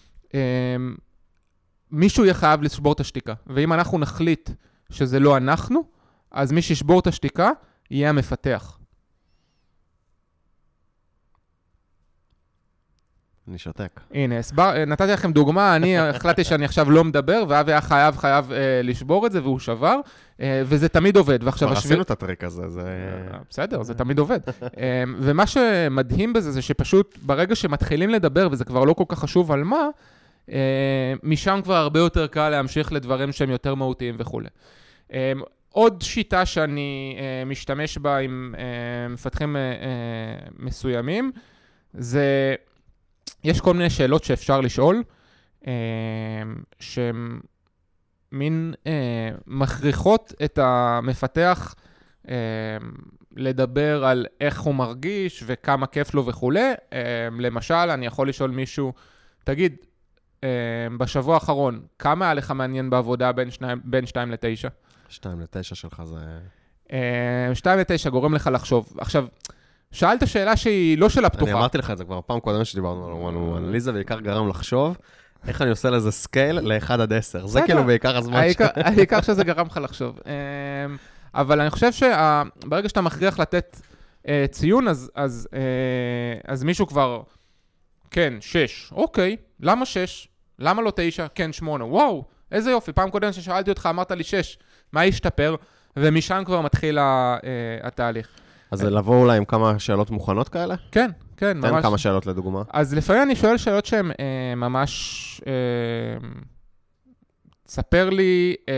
מישהו יהיה חייב לשבור את השתיקה. ואם אנחנו נחליט שזה לא אנחנו, אז מי שישבור את השתיקה יהיה המפתח. אני שותק. הנה, הסבר, נתתי לכם דוגמה, אני החלטתי שאני עכשיו לא מדבר, ואבי היה חייב, חייב אה, לשבור את זה, והוא שבר, אה, וזה תמיד עובד. כבר עשינו את הטריק הזה, זה... בסדר, זה תמיד עובד. אה, ומה שמדהים בזה, זה שפשוט ברגע שמתחילים לדבר, וזה כבר לא כל כך חשוב על מה, אה, משם כבר הרבה יותר קל להמשיך לדברים שהם יותר מהותיים וכו'. אה, עוד שיטה שאני אה, משתמש בה עם אה, מפתחים אה, אה, מסוימים, זה... יש כל מיני שאלות שאפשר לשאול, שהן מין מכריחות את המפתח לדבר על איך הוא מרגיש וכמה כיף לו וכו'. למשל, אני יכול לשאול מישהו, תגיד, בשבוע האחרון, כמה היה לך מעניין בעבודה בין שתיים לתשע? שתיים לתשע שלך זה... שתיים לתשע גורם לך לחשוב. עכשיו, שאלת שאלה שהיא לא שאלה פתוחה. אני אמרתי לך את זה כבר פעם קודמת שדיברנו על one on one. לי זה בעיקר גרם לחשוב איך אני עושה לזה סקייל ל-אחד עד עשר. זה כאילו בעיקר הזמן ש... העיקר שזה גרם לך לחשוב. אבל אני חושב שברגע שאתה מכריח לתת ציון, אז מישהו כבר, כן, שש. אוקיי, למה שש? למה לא תשע? כן, שמונה. וואו, איזה יופי. פעם קודמת ששאלתי אותך, אמרת לי שש. מה ישתפר? ומשם כבר מתחיל התהליך. אז לבוא אולי עם כמה שאלות מוכנות כאלה? כן, כן, ממש. תן כמה שאלות לדוגמה. אז לפעמים אני שואל שאלות שהן אה, ממש... אה, תספר לי, אה,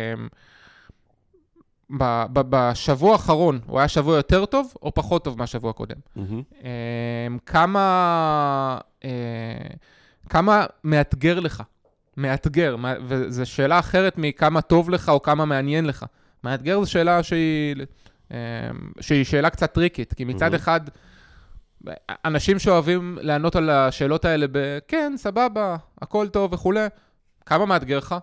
ב, ב, בשבוע האחרון, הוא היה שבוע יותר טוב או פחות טוב מהשבוע הקודם? Mm-hmm. אה, כמה, אה, כמה מאתגר לך? מאתגר, וזו שאלה אחרת מכמה טוב לך או כמה מעניין לך. מאתגר זו שאלה שהיא... שהיא שאלה קצת טריקית, כי מצד אחד, אנשים שאוהבים לענות על השאלות האלה ב, כן, סבבה, הכל טוב וכו', כמה מאתגר לך?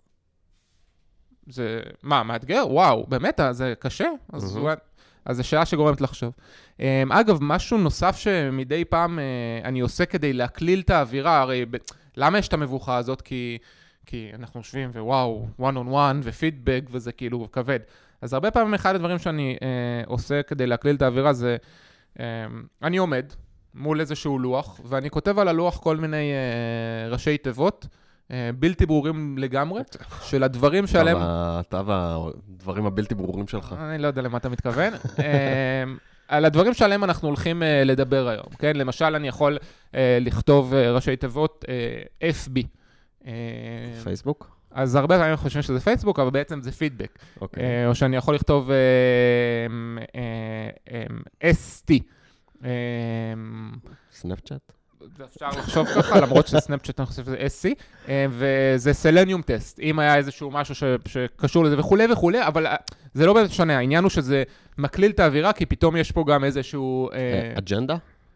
זה, מה, מאתגר? וואו, באמת, זה קשה? אז, אז זו שאלה שגורמת לחשוב. אגב, משהו נוסף שמדי פעם אני עושה כדי להקליל את האווירה, הרי למה יש את המבוכה הזאת? כי, כי אנחנו חושבים, ווואו, one on one ופידבק, וזה כאילו כבד. אז הרבה פעמים אחד הדברים שאני אה, עושה כדי להקליל את האווירה זה, אה, אני עומד מול איזשהו לוח, ואני כותב על הלוח כל מיני אה, ראשי תיבות, אה, בלתי ברורים לגמרי, של הדברים שעליהם... אתה והדברים הבלתי ברורים שלך. אני לא יודע למה אתה מתכוון. אה, על הדברים שעליהם אנחנו הולכים אה, לדבר היום, כן? למשל, אני יכול אה, לכתוב אה, ראשי תיבות אה, אף בי. אה, פייסבוק? אז הרבה פעמים חושבים שזה פייסבוק, אבל בעצם זה פידבק. Okay. או שאני יכול לכתוב אס טי. סנאפצ'אט? אפשר לחשוב ככה, למרות שסנאפצ'אט אני חושב שזה אס סי, וזה סלניום טסט. אם היה איזשהו משהו שקשור לזה וכו' וכו', אבל זה לא באמת שונה. העניין הוא שזה מקליל את האווירה, כי פתאום יש פה גם איזשהו... אג'נדה?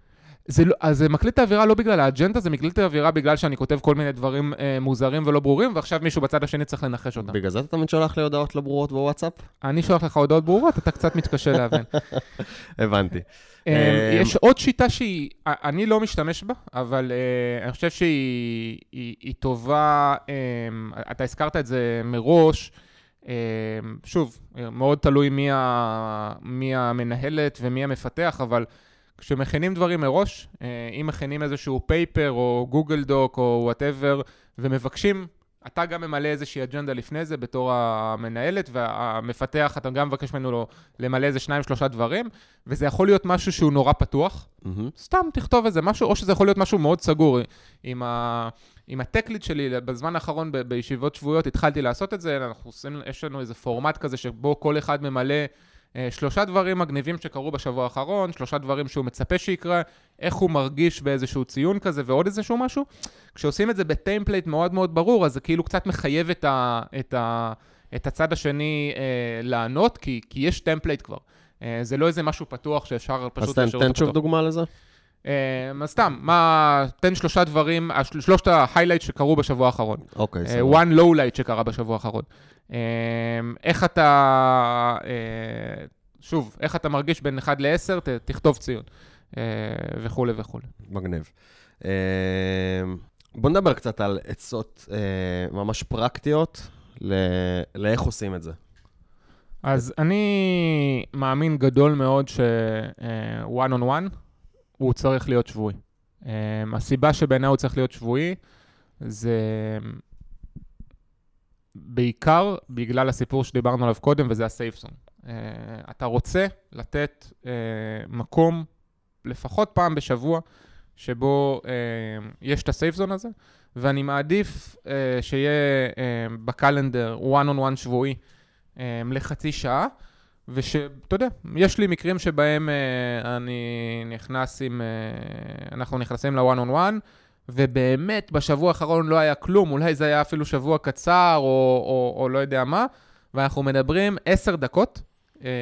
זה, אז זה מקליט את האווירה לא בגלל האג'נדה, זה מקליט את האווירה בגלל שאני כותב כל מיני דברים אה, מוזרים ולא ברורים, ועכשיו מישהו בצד השני צריך לנחש אותם. בגלל זה אתה תמיד שולח לי הודעות לא ברורות בוואטסאפ? אני שולח לך הודעות ברורות, אתה קצת מתקשה להבין. הבנתי. יש עוד שיטה שהיא, אני לא משתמש בה, אבל אני חושב שהיא היא, היא טובה, אתה הזכרת את זה מראש, שוב, מאוד תלוי מי, ה, מי המנהלת ומי המפתח, אבל כשמכינים דברים מראש, אם מכינים איזשהו פייפר או גוגל דוק או whatever, ומבקשים, אתה גם ממלא איזושהי אג'נדה לפני זה בתור המנהלת, והמפתח, אתה גם מבקש ממנו לו למלא איזה שניים, שלושה דברים, וזה יכול להיות משהו שהוא נורא פתוח. Mm-hmm. סתם תכתוב איזה משהו, או שזה יכול להיות משהו מאוד סגור. עם, ה... עם הטקליט שלי, בזמן האחרון ב... בישיבות שבועיות, התחלתי לעשות את זה, אנחנו עושים, יש לנו איזה פורמט כזה, שבו כל אחד ממלא אה, שלושה דברים מגניבים שקרו בשבוע האחרון, שלושה דברים שהוא מצפה שיקרה, איך הוא מרגיש באיזשהו ציון כזה, ועוד איזשהו משהו. כשעושים את זה בטיימפלייט מאוד מאוד ברור, אז זה כאילו קצת מחייב את, ה, את, ה, את הצד השני אה, לענות, כי, כי יש טיימפלייט כבר. אה, זה לא איזה משהו פתוח שאפשר פשוט... אז תן, תן שוב דוגמה לזה. אה, אז סתם, מה, תן שלושה דברים, שלושת ה-highlights שקרו בשבוע האחרון. אוקיי, אה, one low light שקרה בשבוע האחרון. אה, איך אתה, אה, שוב, איך אתה מרגיש בין אחד לעשר, ת, תכתוב ציון, אה, וכו' וכו'. מגניב. אה... בוא נדבר קצת על עצות אה, ממש פרקטיות ל- לאיך עושים את זה. אז אני מאמין גדול מאוד ש-one on one הוא צריך להיות שבועי. אה, הסיבה שבעיניי הוא צריך להיות שבועי זה בעיקר בגלל הסיפור שדיברנו עליו קודם, וזה ה-safe zone. אה, אתה רוצה לתת אה, מקום לפחות פעם בשבוע, שבו אה, יש את הסייף זון הזה, ואני מעדיף אה, שיהיה אה, בקלנדר one on one שבועי אה, לחצי שעה, ושאתה יודע, יש לי מקרים שבהם אה, אני נכנס עם, אה, אנחנו נכנסים ל-one on one, ובאמת בשבוע האחרון לא היה כלום, אולי זה היה אפילו שבוע קצר, או, או, או לא יודע מה, ואנחנו מדברים עשר דקות, אה,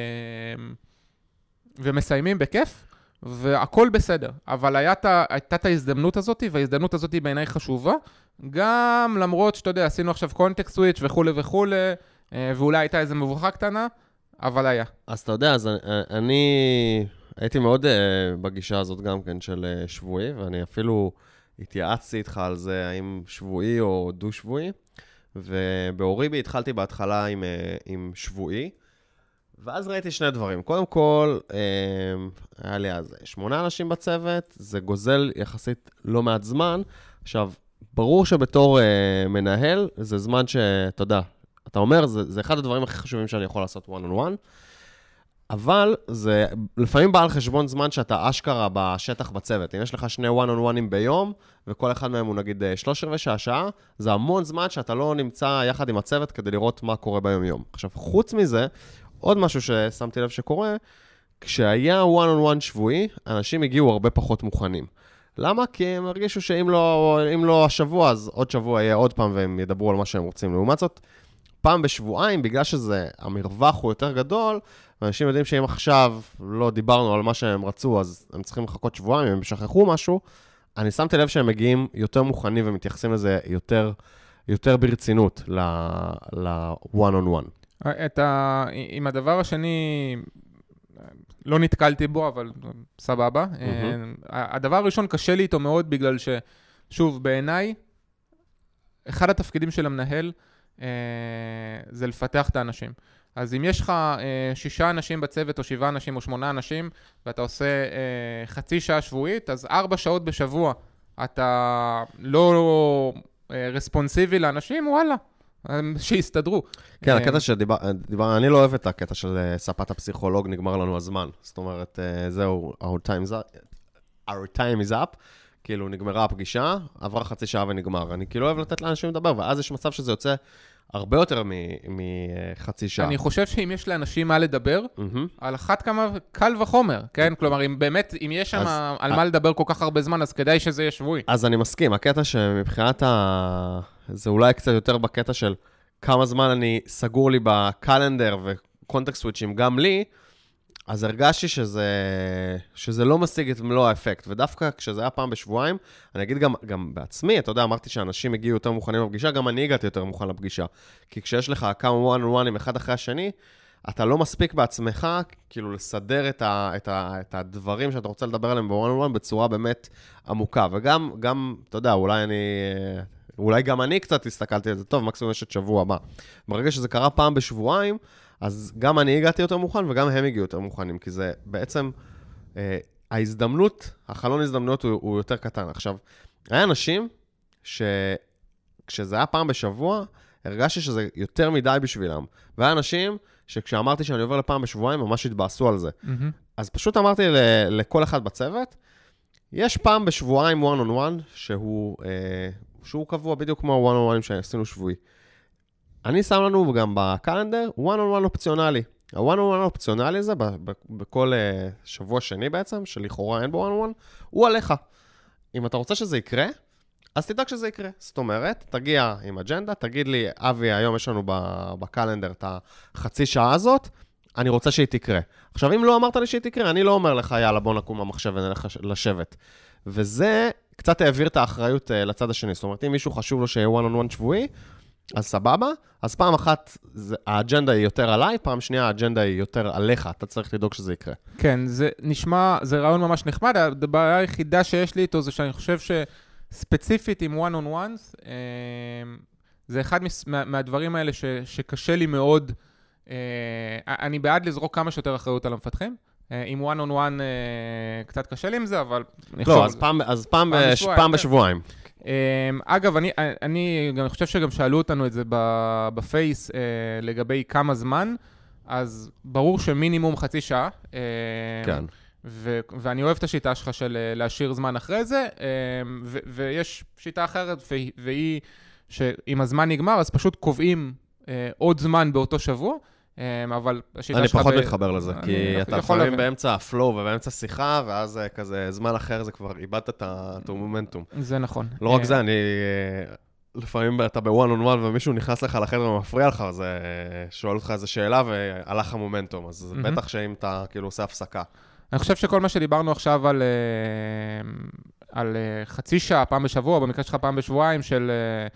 ומסיימים בכיף, והכל בסדר, אבל הייתה את ההזדמנות הזאת, וההזדמנות הזאת היא בעיניי חשובה, גם למרות שאתה יודע, עשינו עכשיו קונטקסט סוויץ' וכו' וכו', ואולי הייתה איזו מבוכה קטנה, אבל היה. אז אתה יודע, אז אני, אני הייתי מאוד uh, בגישה הזאת גם כן של uh, שבועי, ואני אפילו התייעצתי איתך על זה, האם שבועי או דו-שבועי, ובאוריבי התחלתי בהתחלה עם, uh, עם שבועי, ואז ראיתי שני דברים. קודם כל, היה לי אז שמונה אנשים בצוות, זה גוזל יחסית לא מעט זמן. עכשיו, ברור שבתור מנהל, זה זמן שאתה יודע, אתה אומר, זה, זה אחד הדברים הכי חשובים שאני יכול לעשות one on one, אבל זה לפעמים בא על חשבון זמן שאתה אשכרה בשטח בצוות. אם יש לך שני one on one'ים ביום, וכל אחד מהם הוא נגיד שלוש רבעי שעה, שעה, זה המון זמן שאתה לא נמצא יחד עם הצוות כדי לראות מה קורה ביום יום. עכשיו, חוץ מזה, עוד משהו ששמתי לב שקורה, כשהיה one on one שבועי, אנשים הגיעו הרבה פחות מוכנים. למה? כי הם הרגישו שאם לא, אם לא השבוע, אז עוד שבוע יהיה עוד פעם והם ידברו על מה שהם רוצים. לעומת זאת, פעם בשבועיים, בגלל שזה, המרווח הוא יותר גדול, ואנשים יודעים שאם עכשיו לא דיברנו על מה שהם רצו, אז הם צריכים לחכות שבועיים, אם הם שכחו משהו, אני שמתי לב שהם מגיעים יותר מוכנים ומתייחסים לזה יותר, יותר ברצינות ל-one on one. את ה... עם הדבר השני, לא נתקלתי בו, אבל סבבה. Mm-hmm. הדבר הראשון קשה לי איתו מאוד, בגלל ששוב, בעיניי, אחד התפקידים של המנהל, זה לפתח את האנשים. אז אם יש לך שישה אנשים בצוות, או שבעה אנשים, או שמונה אנשים, ואתה עושה חצי שעה שבועית, אז ארבע שעות בשבוע, אתה לא רספונסיבי לאנשים, וואלה. שיסתדרו. כן, הקטע שדיבר, אני לא אוהב את הקטע של ספת הפסיכולוג, נגמר לנו הזמן. זאת אומרת, זהו, our time is up, our time is up, כאילו נגמרה הפגישה, עברה חצי שעה ונגמר. אני כאילו אוהב לתת לאנשים לדבר, ואז יש מצב שזה יוצא הרבה יותר מחצי שעה. אני חושב שאם יש לאנשים מה לדבר, על אחת כמה קל וחומר, כן? כלומר, אם באמת, אם יש שם על מה לדבר כל כך הרבה זמן, אז כדאי שזה יהיה שבועי. אז אני מסכים, הקטע שמבחינת ה... זה אולי קצת יותר בקטע של כמה זמן אני סגור לי בקלנדר וקונטקסט סוויצ'ים גם לי, אז הרגשתי שזה, שזה לא משיג את מלוא האפקט, ודווקא כשזה היה פעם בשבועיים, אני אגיד גם, גם בעצמי, אתה יודע, אמרתי שאנשים הגיעו יותר מוכנים לפגישה, גם אני הגעתי יותר מוכן לפגישה. כי כשיש לך כמה one on one עם אחד אחרי השני, אתה לא מספיק בעצמך, כאילו לסדר את, ה, את, ה, את הדברים שאתה רוצה לדבר עליהם ב-one on one בצורה באמת עמוקה. וגם, גם, אתה יודע, אולי אני, אולי גם אני קצת הסתכלתי על זה, טוב, מקסימום יש את שבוע הבא. ברגע שזה קרה פעם בשבועיים, אז גם אני הגעתי יותר מוכן, וגם הם הגיעו יותר מוכנים, כי זה בעצם, אה, ההזדמנות, החלון הזדמנות הוא, הוא יותר קטן. עכשיו, היה אנשים שכשזה היה פעם בשבוע, הרגשתי שזה יותר מדי בשבילם. והיה אנשים שכשאמרתי שאני עובר לפעם בשבועיים, ממש התבאסו על זה. Mm-hmm. אז פשוט אמרתי ל- לכל אחד בצוות, יש פעם בשבועיים one on one, שהוא, אה, שהוא קבוע בדיוק כמו one on one שעשינו שבועי. אני שם לנו גם בקלנדר, one on one אופציונלי. ה-one on one אופציונלי הזה, ב- ב- בכל uh, שבוע שני בעצם, שלכאורה אין בו one on one, הוא עליך. אם אתה רוצה שזה יקרה, אז תדאג שזה יקרה. זאת אומרת, תגיע עם אג'נדה, תגיד לי, אבי, היום יש לנו בקלנדר את החצי שעה הזאת, אני רוצה שהיא תקרה. עכשיו, אם לא אמרת לי שהיא תקרה, אני לא אומר לך, יאללה, בוא נקום במחשב ונלך לשבת. וזה קצת העביר את האחריות uh, לצד השני. זאת אומרת, אם מישהו חשוב לו שיהיה one on one שבועי, אז סבבה, אז פעם אחת האג'נדה היא יותר עליי, פעם שנייה האג'נדה היא יותר עליך, אתה צריך לדאוג שזה יקרה. כן, זה נשמע, זה רעיון ממש נחמד, הבעיה היחידה שיש לי איתו זה שאני חושב שספציפית עם one on ones, זה אחד מהדברים האלה ש, שקשה לי מאוד, אני בעד לזרוק כמה שיותר אחריות על המפתחים, עם one on one קצת קשה לי עם זה, אבל... לא, אז פעם, אז פעם, פעם, בשבועיים, פעם בשבועיים. אגב, אני, אני גם חושב שגם שאלו אותנו את זה בפייס לגבי כמה זמן, אז ברור שמינימום חצי שעה, כן. ו- ואני אוהב את השיטה שלך של להשאיר זמן אחרי זה, ו- ויש שיטה אחרת, והיא שאם הזמן נגמר, אז פשוט קובעים עוד זמן באותו שבוע, אבל השיטה אני שלך... אני פחות ב... מתחבר לזה, כי אתה לפעמים באמצע הפלואו ובאמצע שיחה, ואז כזה זמן אחר זה כבר איבדת את המומנטום. זה נכון. לא רק זה, אני... לפעמים אתה בוואן און וואן ומישהו נכנס לך לחדר ומפריע לך, אז שואל אותך איזו שאלה והלך המומנטום, אז בטח שאם אתה כאילו עושה הפסקה. אני חושב שכל מה שדיברנו עכשיו על, על חצי שעה, פעם בשבוע, במקרה שלך פעם בשבועיים, של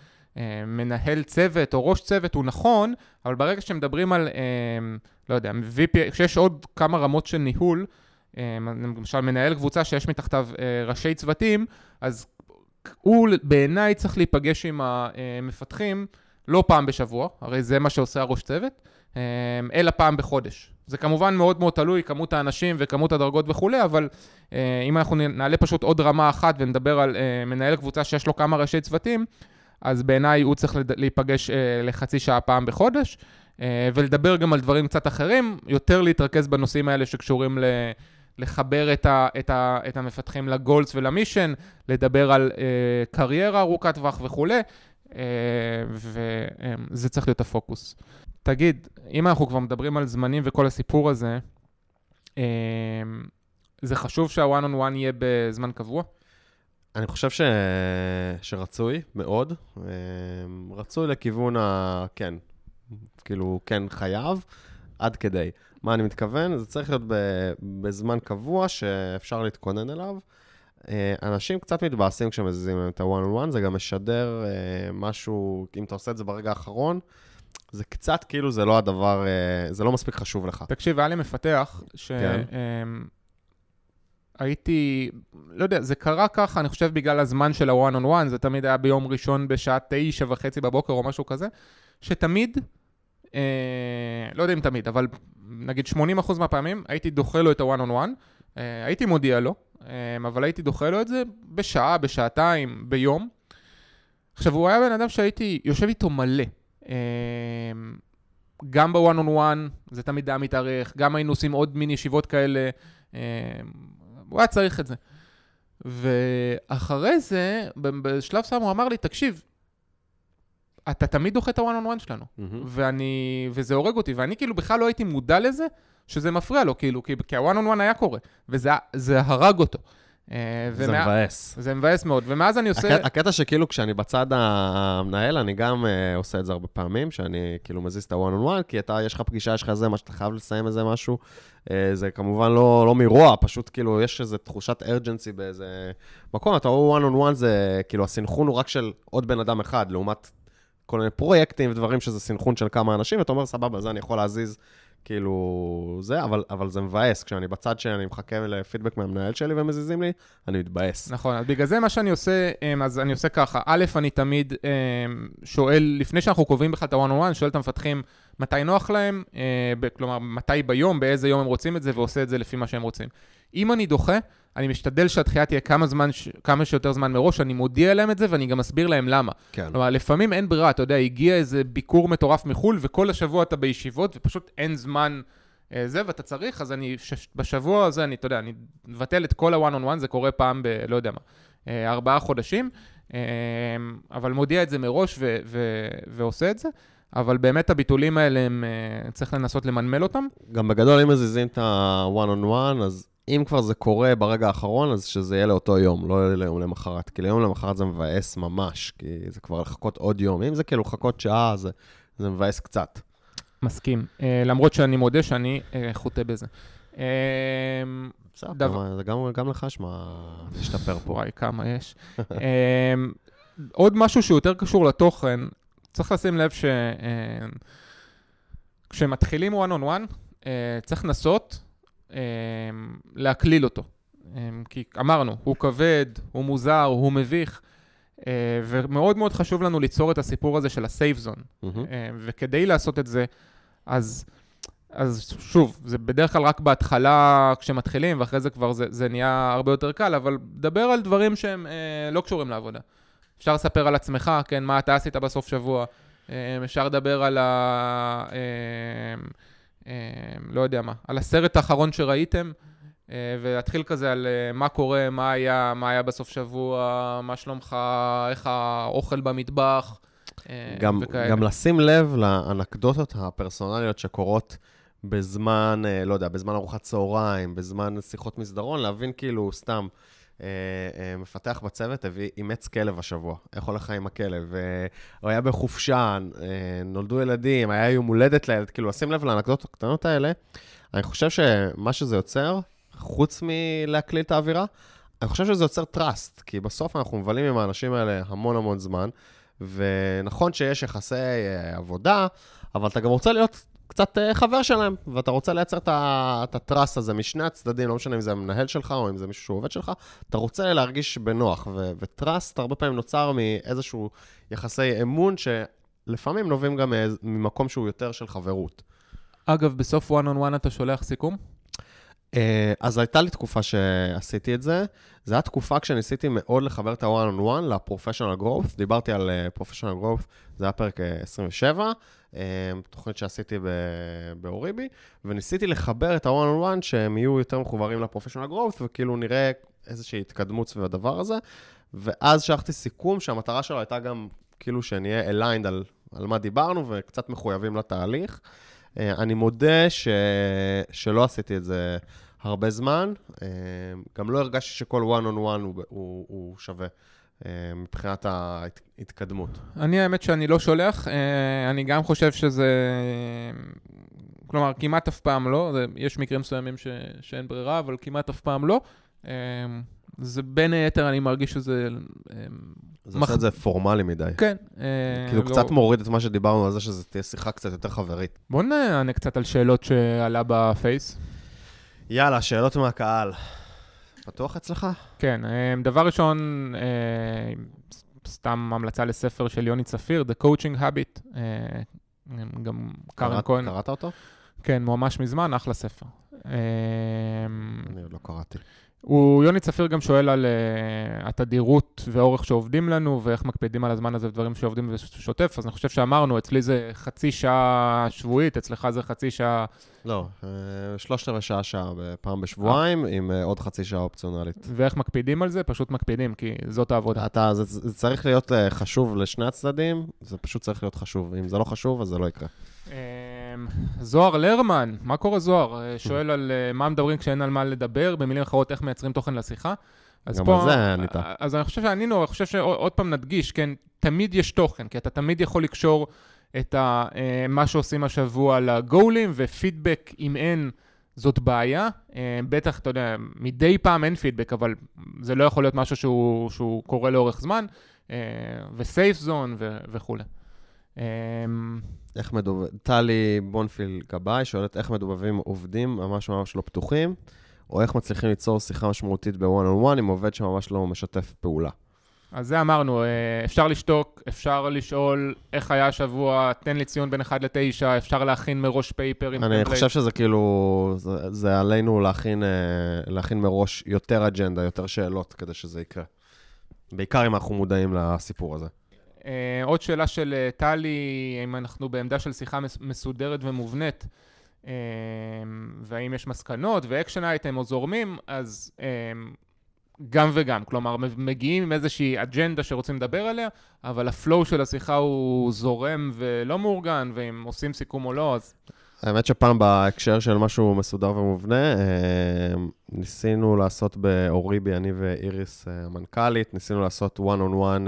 מנהל צוות או ראש צוות, הוא נכון, אבל ברגע שמדברים על, לא יודע, וי פי, כשיש עוד כמה רמות של ניהול, למשל מנהל קבוצה שיש מתחתיו ראשי צוותים, אז הוא בעיניי צריך להיפגש עם המפתחים לא פעם בשבוע, הרי זה מה שעושה הראש צוות, אלא פעם בחודש. זה כמובן מאוד מאוד תלוי, כמות האנשים וכמות הדרגות וכולי, אבל אם אנחנו נעלה פשוט עוד רמה אחת ונדבר על מנהל קבוצה שיש לו כמה ראשי צוותים, אז בעיניי הוא צריך להיפגש לחצי שעה פעם בחודש, ולדבר גם על דברים קצת אחרים, יותר להתרכז בנושאים האלה שקשורים ל... לחבר את, ה, את, ה, את המפתחים לגולדס ולמישן, לדבר על אה, קריירה ארוכת טווח וכו', אה, וזה צריך להיות הפוקוס. תגיד, אם אנחנו כבר מדברים על זמנים וכל הסיפור הזה, אה, זה חשוב שהוואן און וואן יהיה בזמן קבוע? אני חושב ש... שרצוי מאוד, אה, רצוי לכיוון ה... כן, כאילו כן חייב, עד כדי. מה אני מתכוון? זה צריך להיות בזמן קבוע שאפשר להתכונן אליו. אנשים קצת מתבאסים כשמזיזים את ה-one on one, זה גם משדר משהו, אם אתה עושה את זה ברגע האחרון, זה קצת כאילו זה לא הדבר, זה לא מספיק חשוב לך. תקשיב, היה לי מפתח שהייתי, לא יודע, זה קרה ככה, אני חושב בגלל הזמן של ה-one on one, זה תמיד היה ביום ראשון בשעה תשע וחצי בבוקר או משהו כזה, שתמיד, לא יודע אם תמיד, אבל נגיד שמונים אחוז מהפעמים, הייתי דוחה לו את ה-one on one, הייתי מודיע לו, אבל הייתי דוחה לו את זה בשעה, בשעתיים, ביום. עכשיו, הוא היה בן אדם שהייתי יושב איתו מלא. גם ב-one on one, זה תמיד היה מתארך, גם היינו עושים עוד מין ישיבות כאלה, הוא היה צריך את זה. ואחרי זה, בשלב סם הוא אמר לי, תקשיב, אתה תמיד דוחה את ה-one on one שלנו, mm-hmm. ואני, וזה הורג אותי, ואני כאילו בכלל לא הייתי מודע לזה, שזה מפריע לו, כאילו, כי, כי ה-one on one היה קורה, וזה זה הרג אותו. זה מבאס. זה מבאס מאוד, ומאז אני עושה... הקטע שכאילו כשאני בצד המנהל, אני גם עושה את זה הרבה פעמים, שאני כאילו מזיז את ה-one on one, כי אתה, יש לך פגישה, יש לך זה, מה שאתה חייב לסיים איזה משהו, זה כמובן לא, לא מרוע, פשוט כאילו יש איזו תחושת urgency באיזה מקום, אתה one on one זה כאילו הסינכון הוא רק של עוד בן אדם אחד, לעומת כל מיני פרויקטים ודברים שזה סינכון של כמה אנשים, ואתה אומר, סבבה, זה אני יכול להזיז כאילו זה, אבל, אבל זה מבאס. כשאני בצד שאני מחכה לפידבק מהמנהל שלי ומזיזים לי, אני מתבאס. נכון, אז בגלל זה מה שאני עושה, אז אני עושה ככה. א', אני תמיד שואל, לפני שאנחנו קובעים בכלל את ה-one on one, שואל את המפתחים מתי נוח להם, כלומר, מתי ביום, באיזה יום הם רוצים את זה, ועושה את זה לפי מה שהם רוצים. אם אני דוחה, אני משתדל שהדחייה תהיה כמה זמן, כמה שיותר זמן מראש, אני מודיע להם את זה, ואני גם מסביר להם למה. כן. כלומר, לפעמים אין ברירה, אתה יודע, הגיע איזה ביקור מטורף מחול, וכל השבוע אתה בישיבות, ופשוט אין זמן אה, זה, ואתה צריך, אז אני, ש... בשבוע הזה, אני, אתה יודע, אני מבטל את כל ה-one on one, זה קורה פעם ב, לא יודע מה, אה, ארבעה חודשים, אה, אבל מודיע את זה מראש, ו... ו... ועושה את זה. אבל באמת הביטולים האלה, הם, אה, צריך לנסות למנמל אותם. גם בגדול, אם מזיזים את ה-one on one, אז אם כבר זה קורה ברגע האחרון, אז שזה יהיה לאותו יום, לא ליום למחרת. כי ליום למחרת זה מבאס ממש, כי זה כבר לחכות עוד יום. אם זה כאילו לחכות שעה, זה, זה מבאס קצת. מסכים. Uh, למרות שאני מודה שאני uh, חוטא בזה. Uh, בסדר, דבר... זה גם, גם לך שמה להשתפר פה. וואי, כמה יש. uh, עוד משהו שהוא יותר קשור לתוכן, צריך לשים לב ש... Uh, כשמתחילים one on one, uh, צריך לנסות, להקליל אותו. כי אמרנו, הוא כבד, הוא מוזר, הוא מביך, ומאוד מאוד חשוב לנו ליצור את הסיפור הזה של הסייף זון. וכדי לעשות את זה, אז, אז שוב, זה בדרך כלל רק בהתחלה כשמתחילים, ואחרי זה כבר זה, זה נהיה הרבה יותר קל, אבל דבר על דברים שהם לא קשורים לעבודה. אפשר לספר על עצמך, כן, מה אתה עשית בסוף שבוע, אפשר לדבר על ה... לא יודע מה, על הסרט האחרון שראיתם, ולהתחיל כזה על מה קורה, מה היה, מה היה בסוף שבוע, מה שלומך, איך האוכל במטבח, גם, גם לשים לב לאנקדוטות הפרסונליות שקורות בזמן, לא יודע, בזמן ארוחת צהריים, בזמן שיחות מסדרון, להבין כאילו סתם, מפתח בצוות, הביא אימץ כלב השבוע, איך הולך עם הכלב, הוא היה בחופשה, נולדו ילדים, היה יום הולדת לילד, כאילו לשים לב לאנקדוטות הקטנות האלה, אני חושב שמה שזה יוצר, חוץ מלהקליל את האווירה, אני חושב שזה יוצר טראסט, כי בסוף אנחנו מבלים עם האנשים האלה המון המון זמן, ונכון שיש יחסי עבודה, אבל אתה גם רוצה להיות קצת חבר שלהם, ואתה רוצה לייצר את הטרס הזה משני הצדדים, לא משנה אם זה המנהל שלך או אם זה מישהו שהוא עובד שלך, אתה רוצה להרגיש בנוח, וטרס הרבה פעמים נוצר מאיזשהו יחסי אמון, שלפעמים נובעים גם ממקום שהוא יותר של חברות. אגב, בסוף one on one אתה שולח סיכום? אז הייתה לי תקופה שעשיתי את זה, זו הייתה תקופה כשניסיתי מאוד לחבר את ה-one on one ל-professional growth, דיברתי על professional growth, זה היה פרק עשרים ושבע, תוכנית שעשיתי באוריבי, וניסיתי לחבר את ה-one on one שהם יהיו יותר מחוברים ל-professional growth, וכאילו נראה איזושהי התקדמות סביב הדבר הזה, ואז שלחתי סיכום שהמטרה שלו הייתה גם כאילו שנהיה aligned על, על מה דיברנו, וקצת מחויבים לתהליך. אני מודה ש... שלא עשיתי את זה הרבה זמן, גם לא הרגשתי שכל one on one הוא, הוא, הוא שווה מבחינת ההתקדמות. אני האמת שאני לא שולח, אני גם חושב שזה, כלומר כמעט אף פעם לא, יש מקרים מסוימים ש... שאין ברירה, אבל כמעט אף פעם לא. זה בין היתר, אני מרגיש שזה... זה עושה את זה פורמלי מדי. כן. כאילו קצת מוריד את מה שדיברנו על זה, שזה תהיה שיחה קצת יותר חברית. בוא נענה קצת על שאלות שעלה בפייס. יאללה, שאלות מהקהל. פתוח אצלך? כן, דבר ראשון, סתם המלצה לספר של יוני צפיר, The Coaching Habit, גם קרן כהן. קראת אותו? כן, ממש מזמן, אחלה ספר. אני עוד לא קראתי. הוא, יוני צפיר גם שואל על uh, התדירות ואורך שעובדים לנו, ואיך מקפידים על הזמן הזה ודברים שעובדים ושוטף, אז אני חושב שאמרנו, אצלי זה חצי שעה שבועית, אצלך זה חצי שעה... לא, שלושת רבעי שעה שעה פעם בשבועיים, עם עוד חצי שעה אופציונלית. ואיך מקפידים על זה? פשוט מקפידים, כי זאת העבודה. אתה, זה, זה צריך להיות חשוב לשני הצדדים, זה פשוט צריך להיות חשוב. אם זה לא חשוב, אז זה לא יקרה. זוהר לרמן, מה קורה זוהר? שואל על מה מדברים כשאין על מה לדבר, במילים אחרות איך מייצרים תוכן לשיחה. גם על זה ענית. אז אני חושב שענינו, אני חושב שעוד פעם נדגיש, כן, תמיד יש תוכן, כי אתה תמיד יכול לקשור את ה, מה שעושים השבוע לגולים, ופידבק, אם אין, זאת בעיה. בטח, אתה יודע, מדי פעם אין פידבק, אבל זה לא יכול להיות משהו שהוא, שהוא קורה לאורך זמן, וסייף זון וכו'. איך מדובב... טלי בונפיל גבאי שואלת איך מדובבים עובדים ממש ממש לא פתוחים, או איך מצליחים ליצור שיחה משמעותית בוואן און וואן עם עובד שממש לא משתף פעולה. אז זה אמרנו, אפשר לשתוק, אפשר לשאול איך היה השבוע, תן לי ציון בין אחד לתשע, אפשר להכין מראש פייפר. אני חושב שזה כאילו, זה, זה עלינו להכין, להכין מראש יותר אג'נדה, יותר שאלות, כדי שזה יקרה. בעיקר אם אנחנו מודעים לסיפור הזה. עוד שאלה של טלי, אם אנחנו בעמדה של שיחה מסודרת ומובנית, והאם יש מסקנות ואקשן אייטם או זורמים, אז גם וגם. כלומר, מגיעים עם איזושהי אג'נדה שרוצים לדבר עליה, אבל הפלואו של השיחה הוא זורם ולא מאורגן, ואם עושים סיכום או לא, אז... האמת שפעם בהקשר של משהו מסודר ומובנה, ניסינו לעשות באוריבי, אני ואיריס המנכ"לית, ניסינו לעשות one on one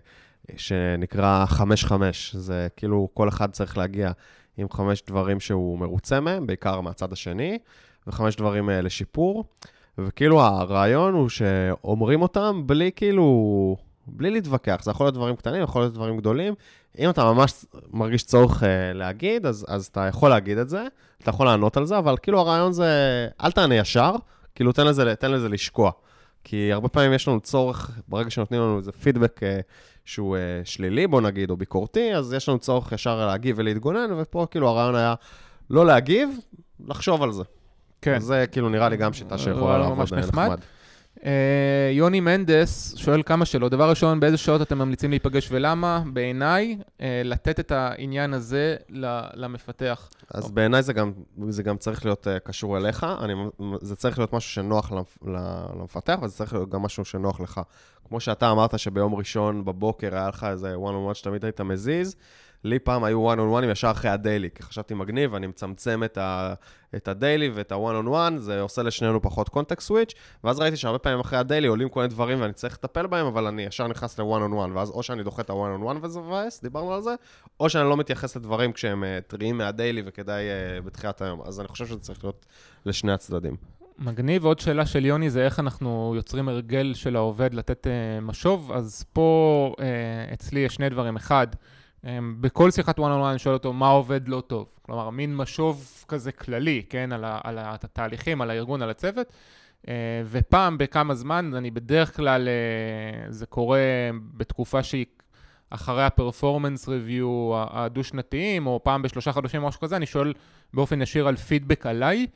שנקרא חמש חמש. זה כאילו כל אחד צריך להגיע עם חמש דברים שהוא מרוצה מהם, בעיקר מהצד השני, וחמש דברים לשיפור. וכאילו הרעיון הוא שאומרים אותם בלי כאילו, בלי להתווכח. זה יכול להיות דברים קטנים, יכול להיות דברים גדולים. אם אתה ממש מרגיש צורך להגיד, אז, אז אתה יכול להגיד את זה, אתה יכול לענות על זה, אבל כאילו הרעיון זה, אל תענה ישר, כאילו תן לזה, תן לזה לשקוע. כי הרבה פעמים יש לנו צורך, ברגע שנותנים לנו איזה פידבק שהוא שלילי, בוא נגיד, או ביקורתי, אז יש לנו צורך ישר להגיב ולהתגונן, ופה כאילו הרעיון היה לא להגיב, לחשוב על זה. כן. אז זה כאילו נראה לי גם שיטה שיכולה לעבוד נחמד. יוני מנדס שואל כמה שאלות. דבר ראשון, באיזה שעות אתם ממליצים להיפגש ולמה? בעיניי, לתת את העניין הזה למפתח. אז בעיניי זה גם, זה גם צריך להיות קשור אליך. אני, זה צריך להיות משהו שנוח למפתח, וזה צריך להיות גם משהו שנוח לך. כמו שאתה אמרת שביום ראשון בבוקר היה לך איזה one on one שתמיד היית מזיז, לי פעם היו one on one ישר אחרי הדיילי, כי חשבתי מגניב, אני מצמצם את, ה, את הדיילי ואת ה-one on one, זה עושה לשנינו פחות context switch, ואז ראיתי שהרבה פעמים אחרי הדיילי עולים כל מיני דברים ואני צריך לטפל בהם, אבל אני ישר נכנס ל-one on one, ואז או שאני דוחה את ה-one on one וזה מבאס, דיברנו על זה, או שאני לא מתייחס לדברים כשהם uh, טריים מהדיילי וכדאי uh, בתחילת היום. אז אני חושב שזה צריך להיות לשני הצדדים. מגניב. עוד שאלה של יוני זה איך אנחנו יוצרים הרגל של העובד לתת uh, משוב, אז פה uh, אצלי יש שני דברים. אחד, בכל שיחת one on one אני שואל אותו מה עובד לא טוב. כלומר, מין משוב כזה כללי, כן, על, ה, על התהליכים, על הארגון, על הצוות. ופעם בכמה זמן, אני בדרך כלל, זה קורה בתקופה שהיא אחרי הפרפורמנס ריוויו הדו-שנתיים, או פעם בשלושה חודשים או משהו כזה, אני שואל באופן ישיר על פידבק עליי,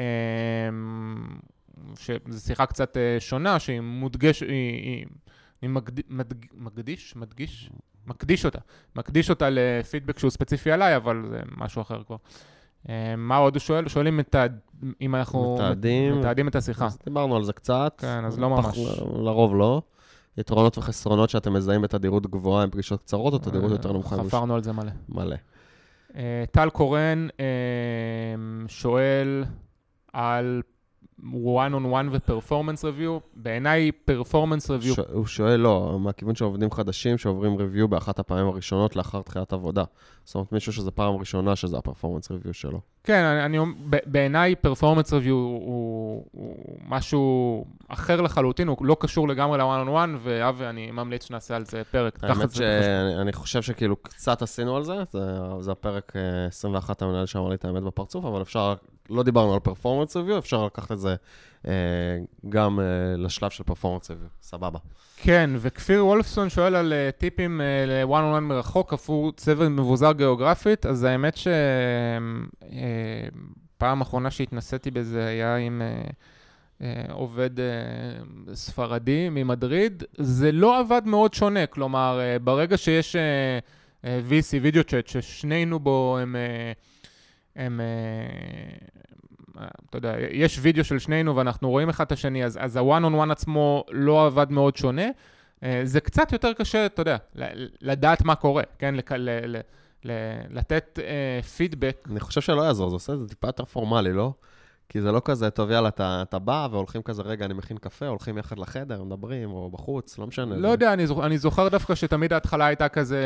שזו שיחה קצת שונה, שהיא מודגש, היא, היא, היא מגד, מדג, מקדיש, מדגיש, מקדיש אותה, מקדיש אותה לפידבק שהוא ספציפי עליי, אבל זה משהו אחר כבר. מה עוד הוא שואל? שואלים אם אנחנו מתעדים, מתעדים את השיחה. אז דיברנו על זה קצת. כן, אז לא ממש. לרוב לא. יתרונות וחסרונות שאתם מזהים בתדירות גבוהה עם פגישות קצרות או תדירות יותר נמוכה. חפרנו על זה מלא. מלא. טל קורן שואל על one on one ו-performance review. בעיניי performance review... הוא שואל לא, מהכיוון של עובדים חדשים שעוברים review באחת הפעמים הראשונות לאחר תחילת עבודה. זאת אומרת, מישהו שזה פעם ראשונה שזה ה-performance review שלו. כן, אני, אני, בעיניי performance review הוא, הוא משהו אחר לחלוטין, הוא לא קשור לגמרי ל-one on one, ואבי, אני ממליץ שנעשה על זה פרק. האמת שאני חושב שכאילו קצת עשינו על זה, זה, זה הפרק עשרים ואחת המנהל שאמר לי את האמת בפרצוף, אבל אפשר, לא דיברנו על performance review, אפשר לקחת את זה גם לשלב של performance review, סבבה. כן, וכפיר וולפסון שואל על טיפים ל-one on one מרחוק, עבור צוות מבוזר גיאוגרפית, אז האמת שפעם אחרונה שהתנסיתי בזה היה עם עובד ספרדי ממדריד, זה לא עבד מאוד שונה, כלומר, ברגע שיש וי סי, וידאו צ'אט, ששנינו בו הם... הם אתה יודע, יש וידאו של שנינו ואנחנו רואים אחד את השני, אז, אז ה-one on one עצמו לא עבד מאוד שונה. זה קצת יותר קשה, אתה יודע, לדעת מה קורה, כן? ל- ל- ל- לתת פידבק. אני חושב שלא יעזור, זה עושה את זה טיפה יותר פורמלי, לא? כי זה לא כזה, טוב, יאללה, אתה, אתה בא והולכים כזה, רגע, אני מכין קפה, הולכים יחד לחדר, מדברים, או בחוץ, לא משנה. לא זה... יודע, אני זוכר, אני זוכר דווקא שתמיד ההתחלה הייתה כזה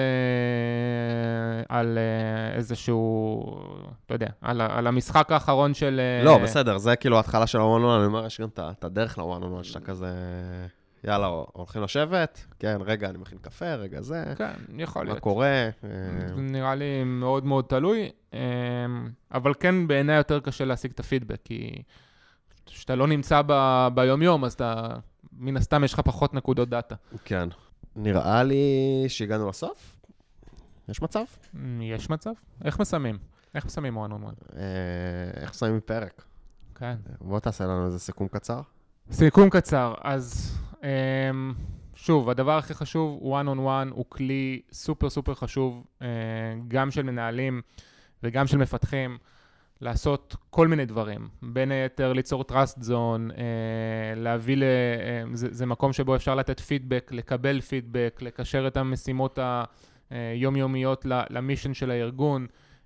על איזשהו, אתה יודע, על, על המשחק האחרון של... לא, בסדר, זה כאילו ההתחלה של הוואן און, אני אומר, יש גם את הדרך לוואן און, שאתה כזה, יאללה, הולכים לשבת, כן, רגע, אני מכין קפה, רגע זה. כן, יכול להיות. מה קורה? נראה לי מאוד מאוד תלוי, אבל כן בעיניי יותר קשה להשיג את הפידבק, כי כשאתה לא נמצא ב, ביום-יום, אז אתה, מן הסתם יש לך פחות נקודות דאטה. כן. נראה לי שהגענו לסוף? יש מצב? יש מצב. איך מסיימים? איך מסיימים one on one? איך מסיימים פרק? כן. בוא תעשה לנו איזה סיכום קצר. סיכום קצר. אז שוב, הדבר הכי חשוב, one on one הוא כלי סופר סופר חשוב, גם של מנהלים וגם של מפתחים, לעשות כל מיני דברים. בין היתר ליצור trust zone, להביא ל... זה, זה מקום שבו אפשר לתת פידבק, לקבל פידבק, לקשר את המשימות היומיומיות למישן של הארגון,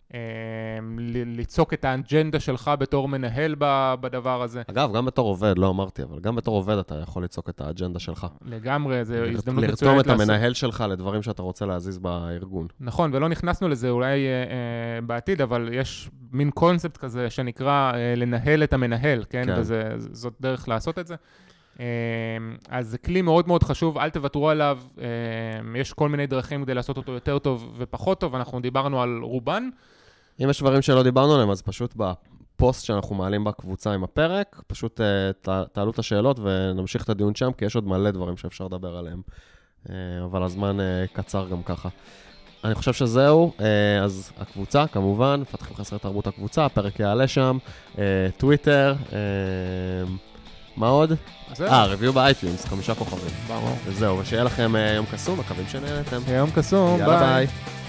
ליצוק את האג'נדה שלך בתור מנהל בדבר הזה. אגב, גם בתור עובד, לא אמרתי, אבל גם בתור עובד אתה יכול ליצוק את האג'נדה שלך. לגמרי, זה הזדמנות מצוינת לעשות. לרתום את המנהל שלך לדברים שאתה רוצה להזיז בארגון. נכון, ולא נכנסנו לזה אולי בעתיד, אבל יש מין קונספט כזה שנקרא לנהל את המנהל, כן? וזאת דרך לעשות את זה. אז זה כלי מאוד מאוד חשוב, אל תוותרו עליו, יש כל מיני דרכים כדי לעשות אותו יותר טוב ופחות טוב, אנחנו דיברנו על רובן. אם יש דברים שלא דיברנו עליהם, אז פשוט בפוסט שאנחנו מעלים בקבוצה עם הפרק, פשוט תעלו את השאלות ונמשיך את הדיון שם, כי יש עוד מלא דברים שאפשר לדבר עליהם, אבל הזמן קצר גם ככה. אני חושב שזהו, אז הקבוצה, כמובן, מפתחים חסרי תרבות הקבוצה, הפרק יעלה שם, טוויטר, מה עוד? אה, ריוויו באייטיונס, חמישה כוכבים. ברור. וזהו, ושיהיה לכם יום קסום, מקווים שנהנתם. יום קסום, ביי. יאללה ביי.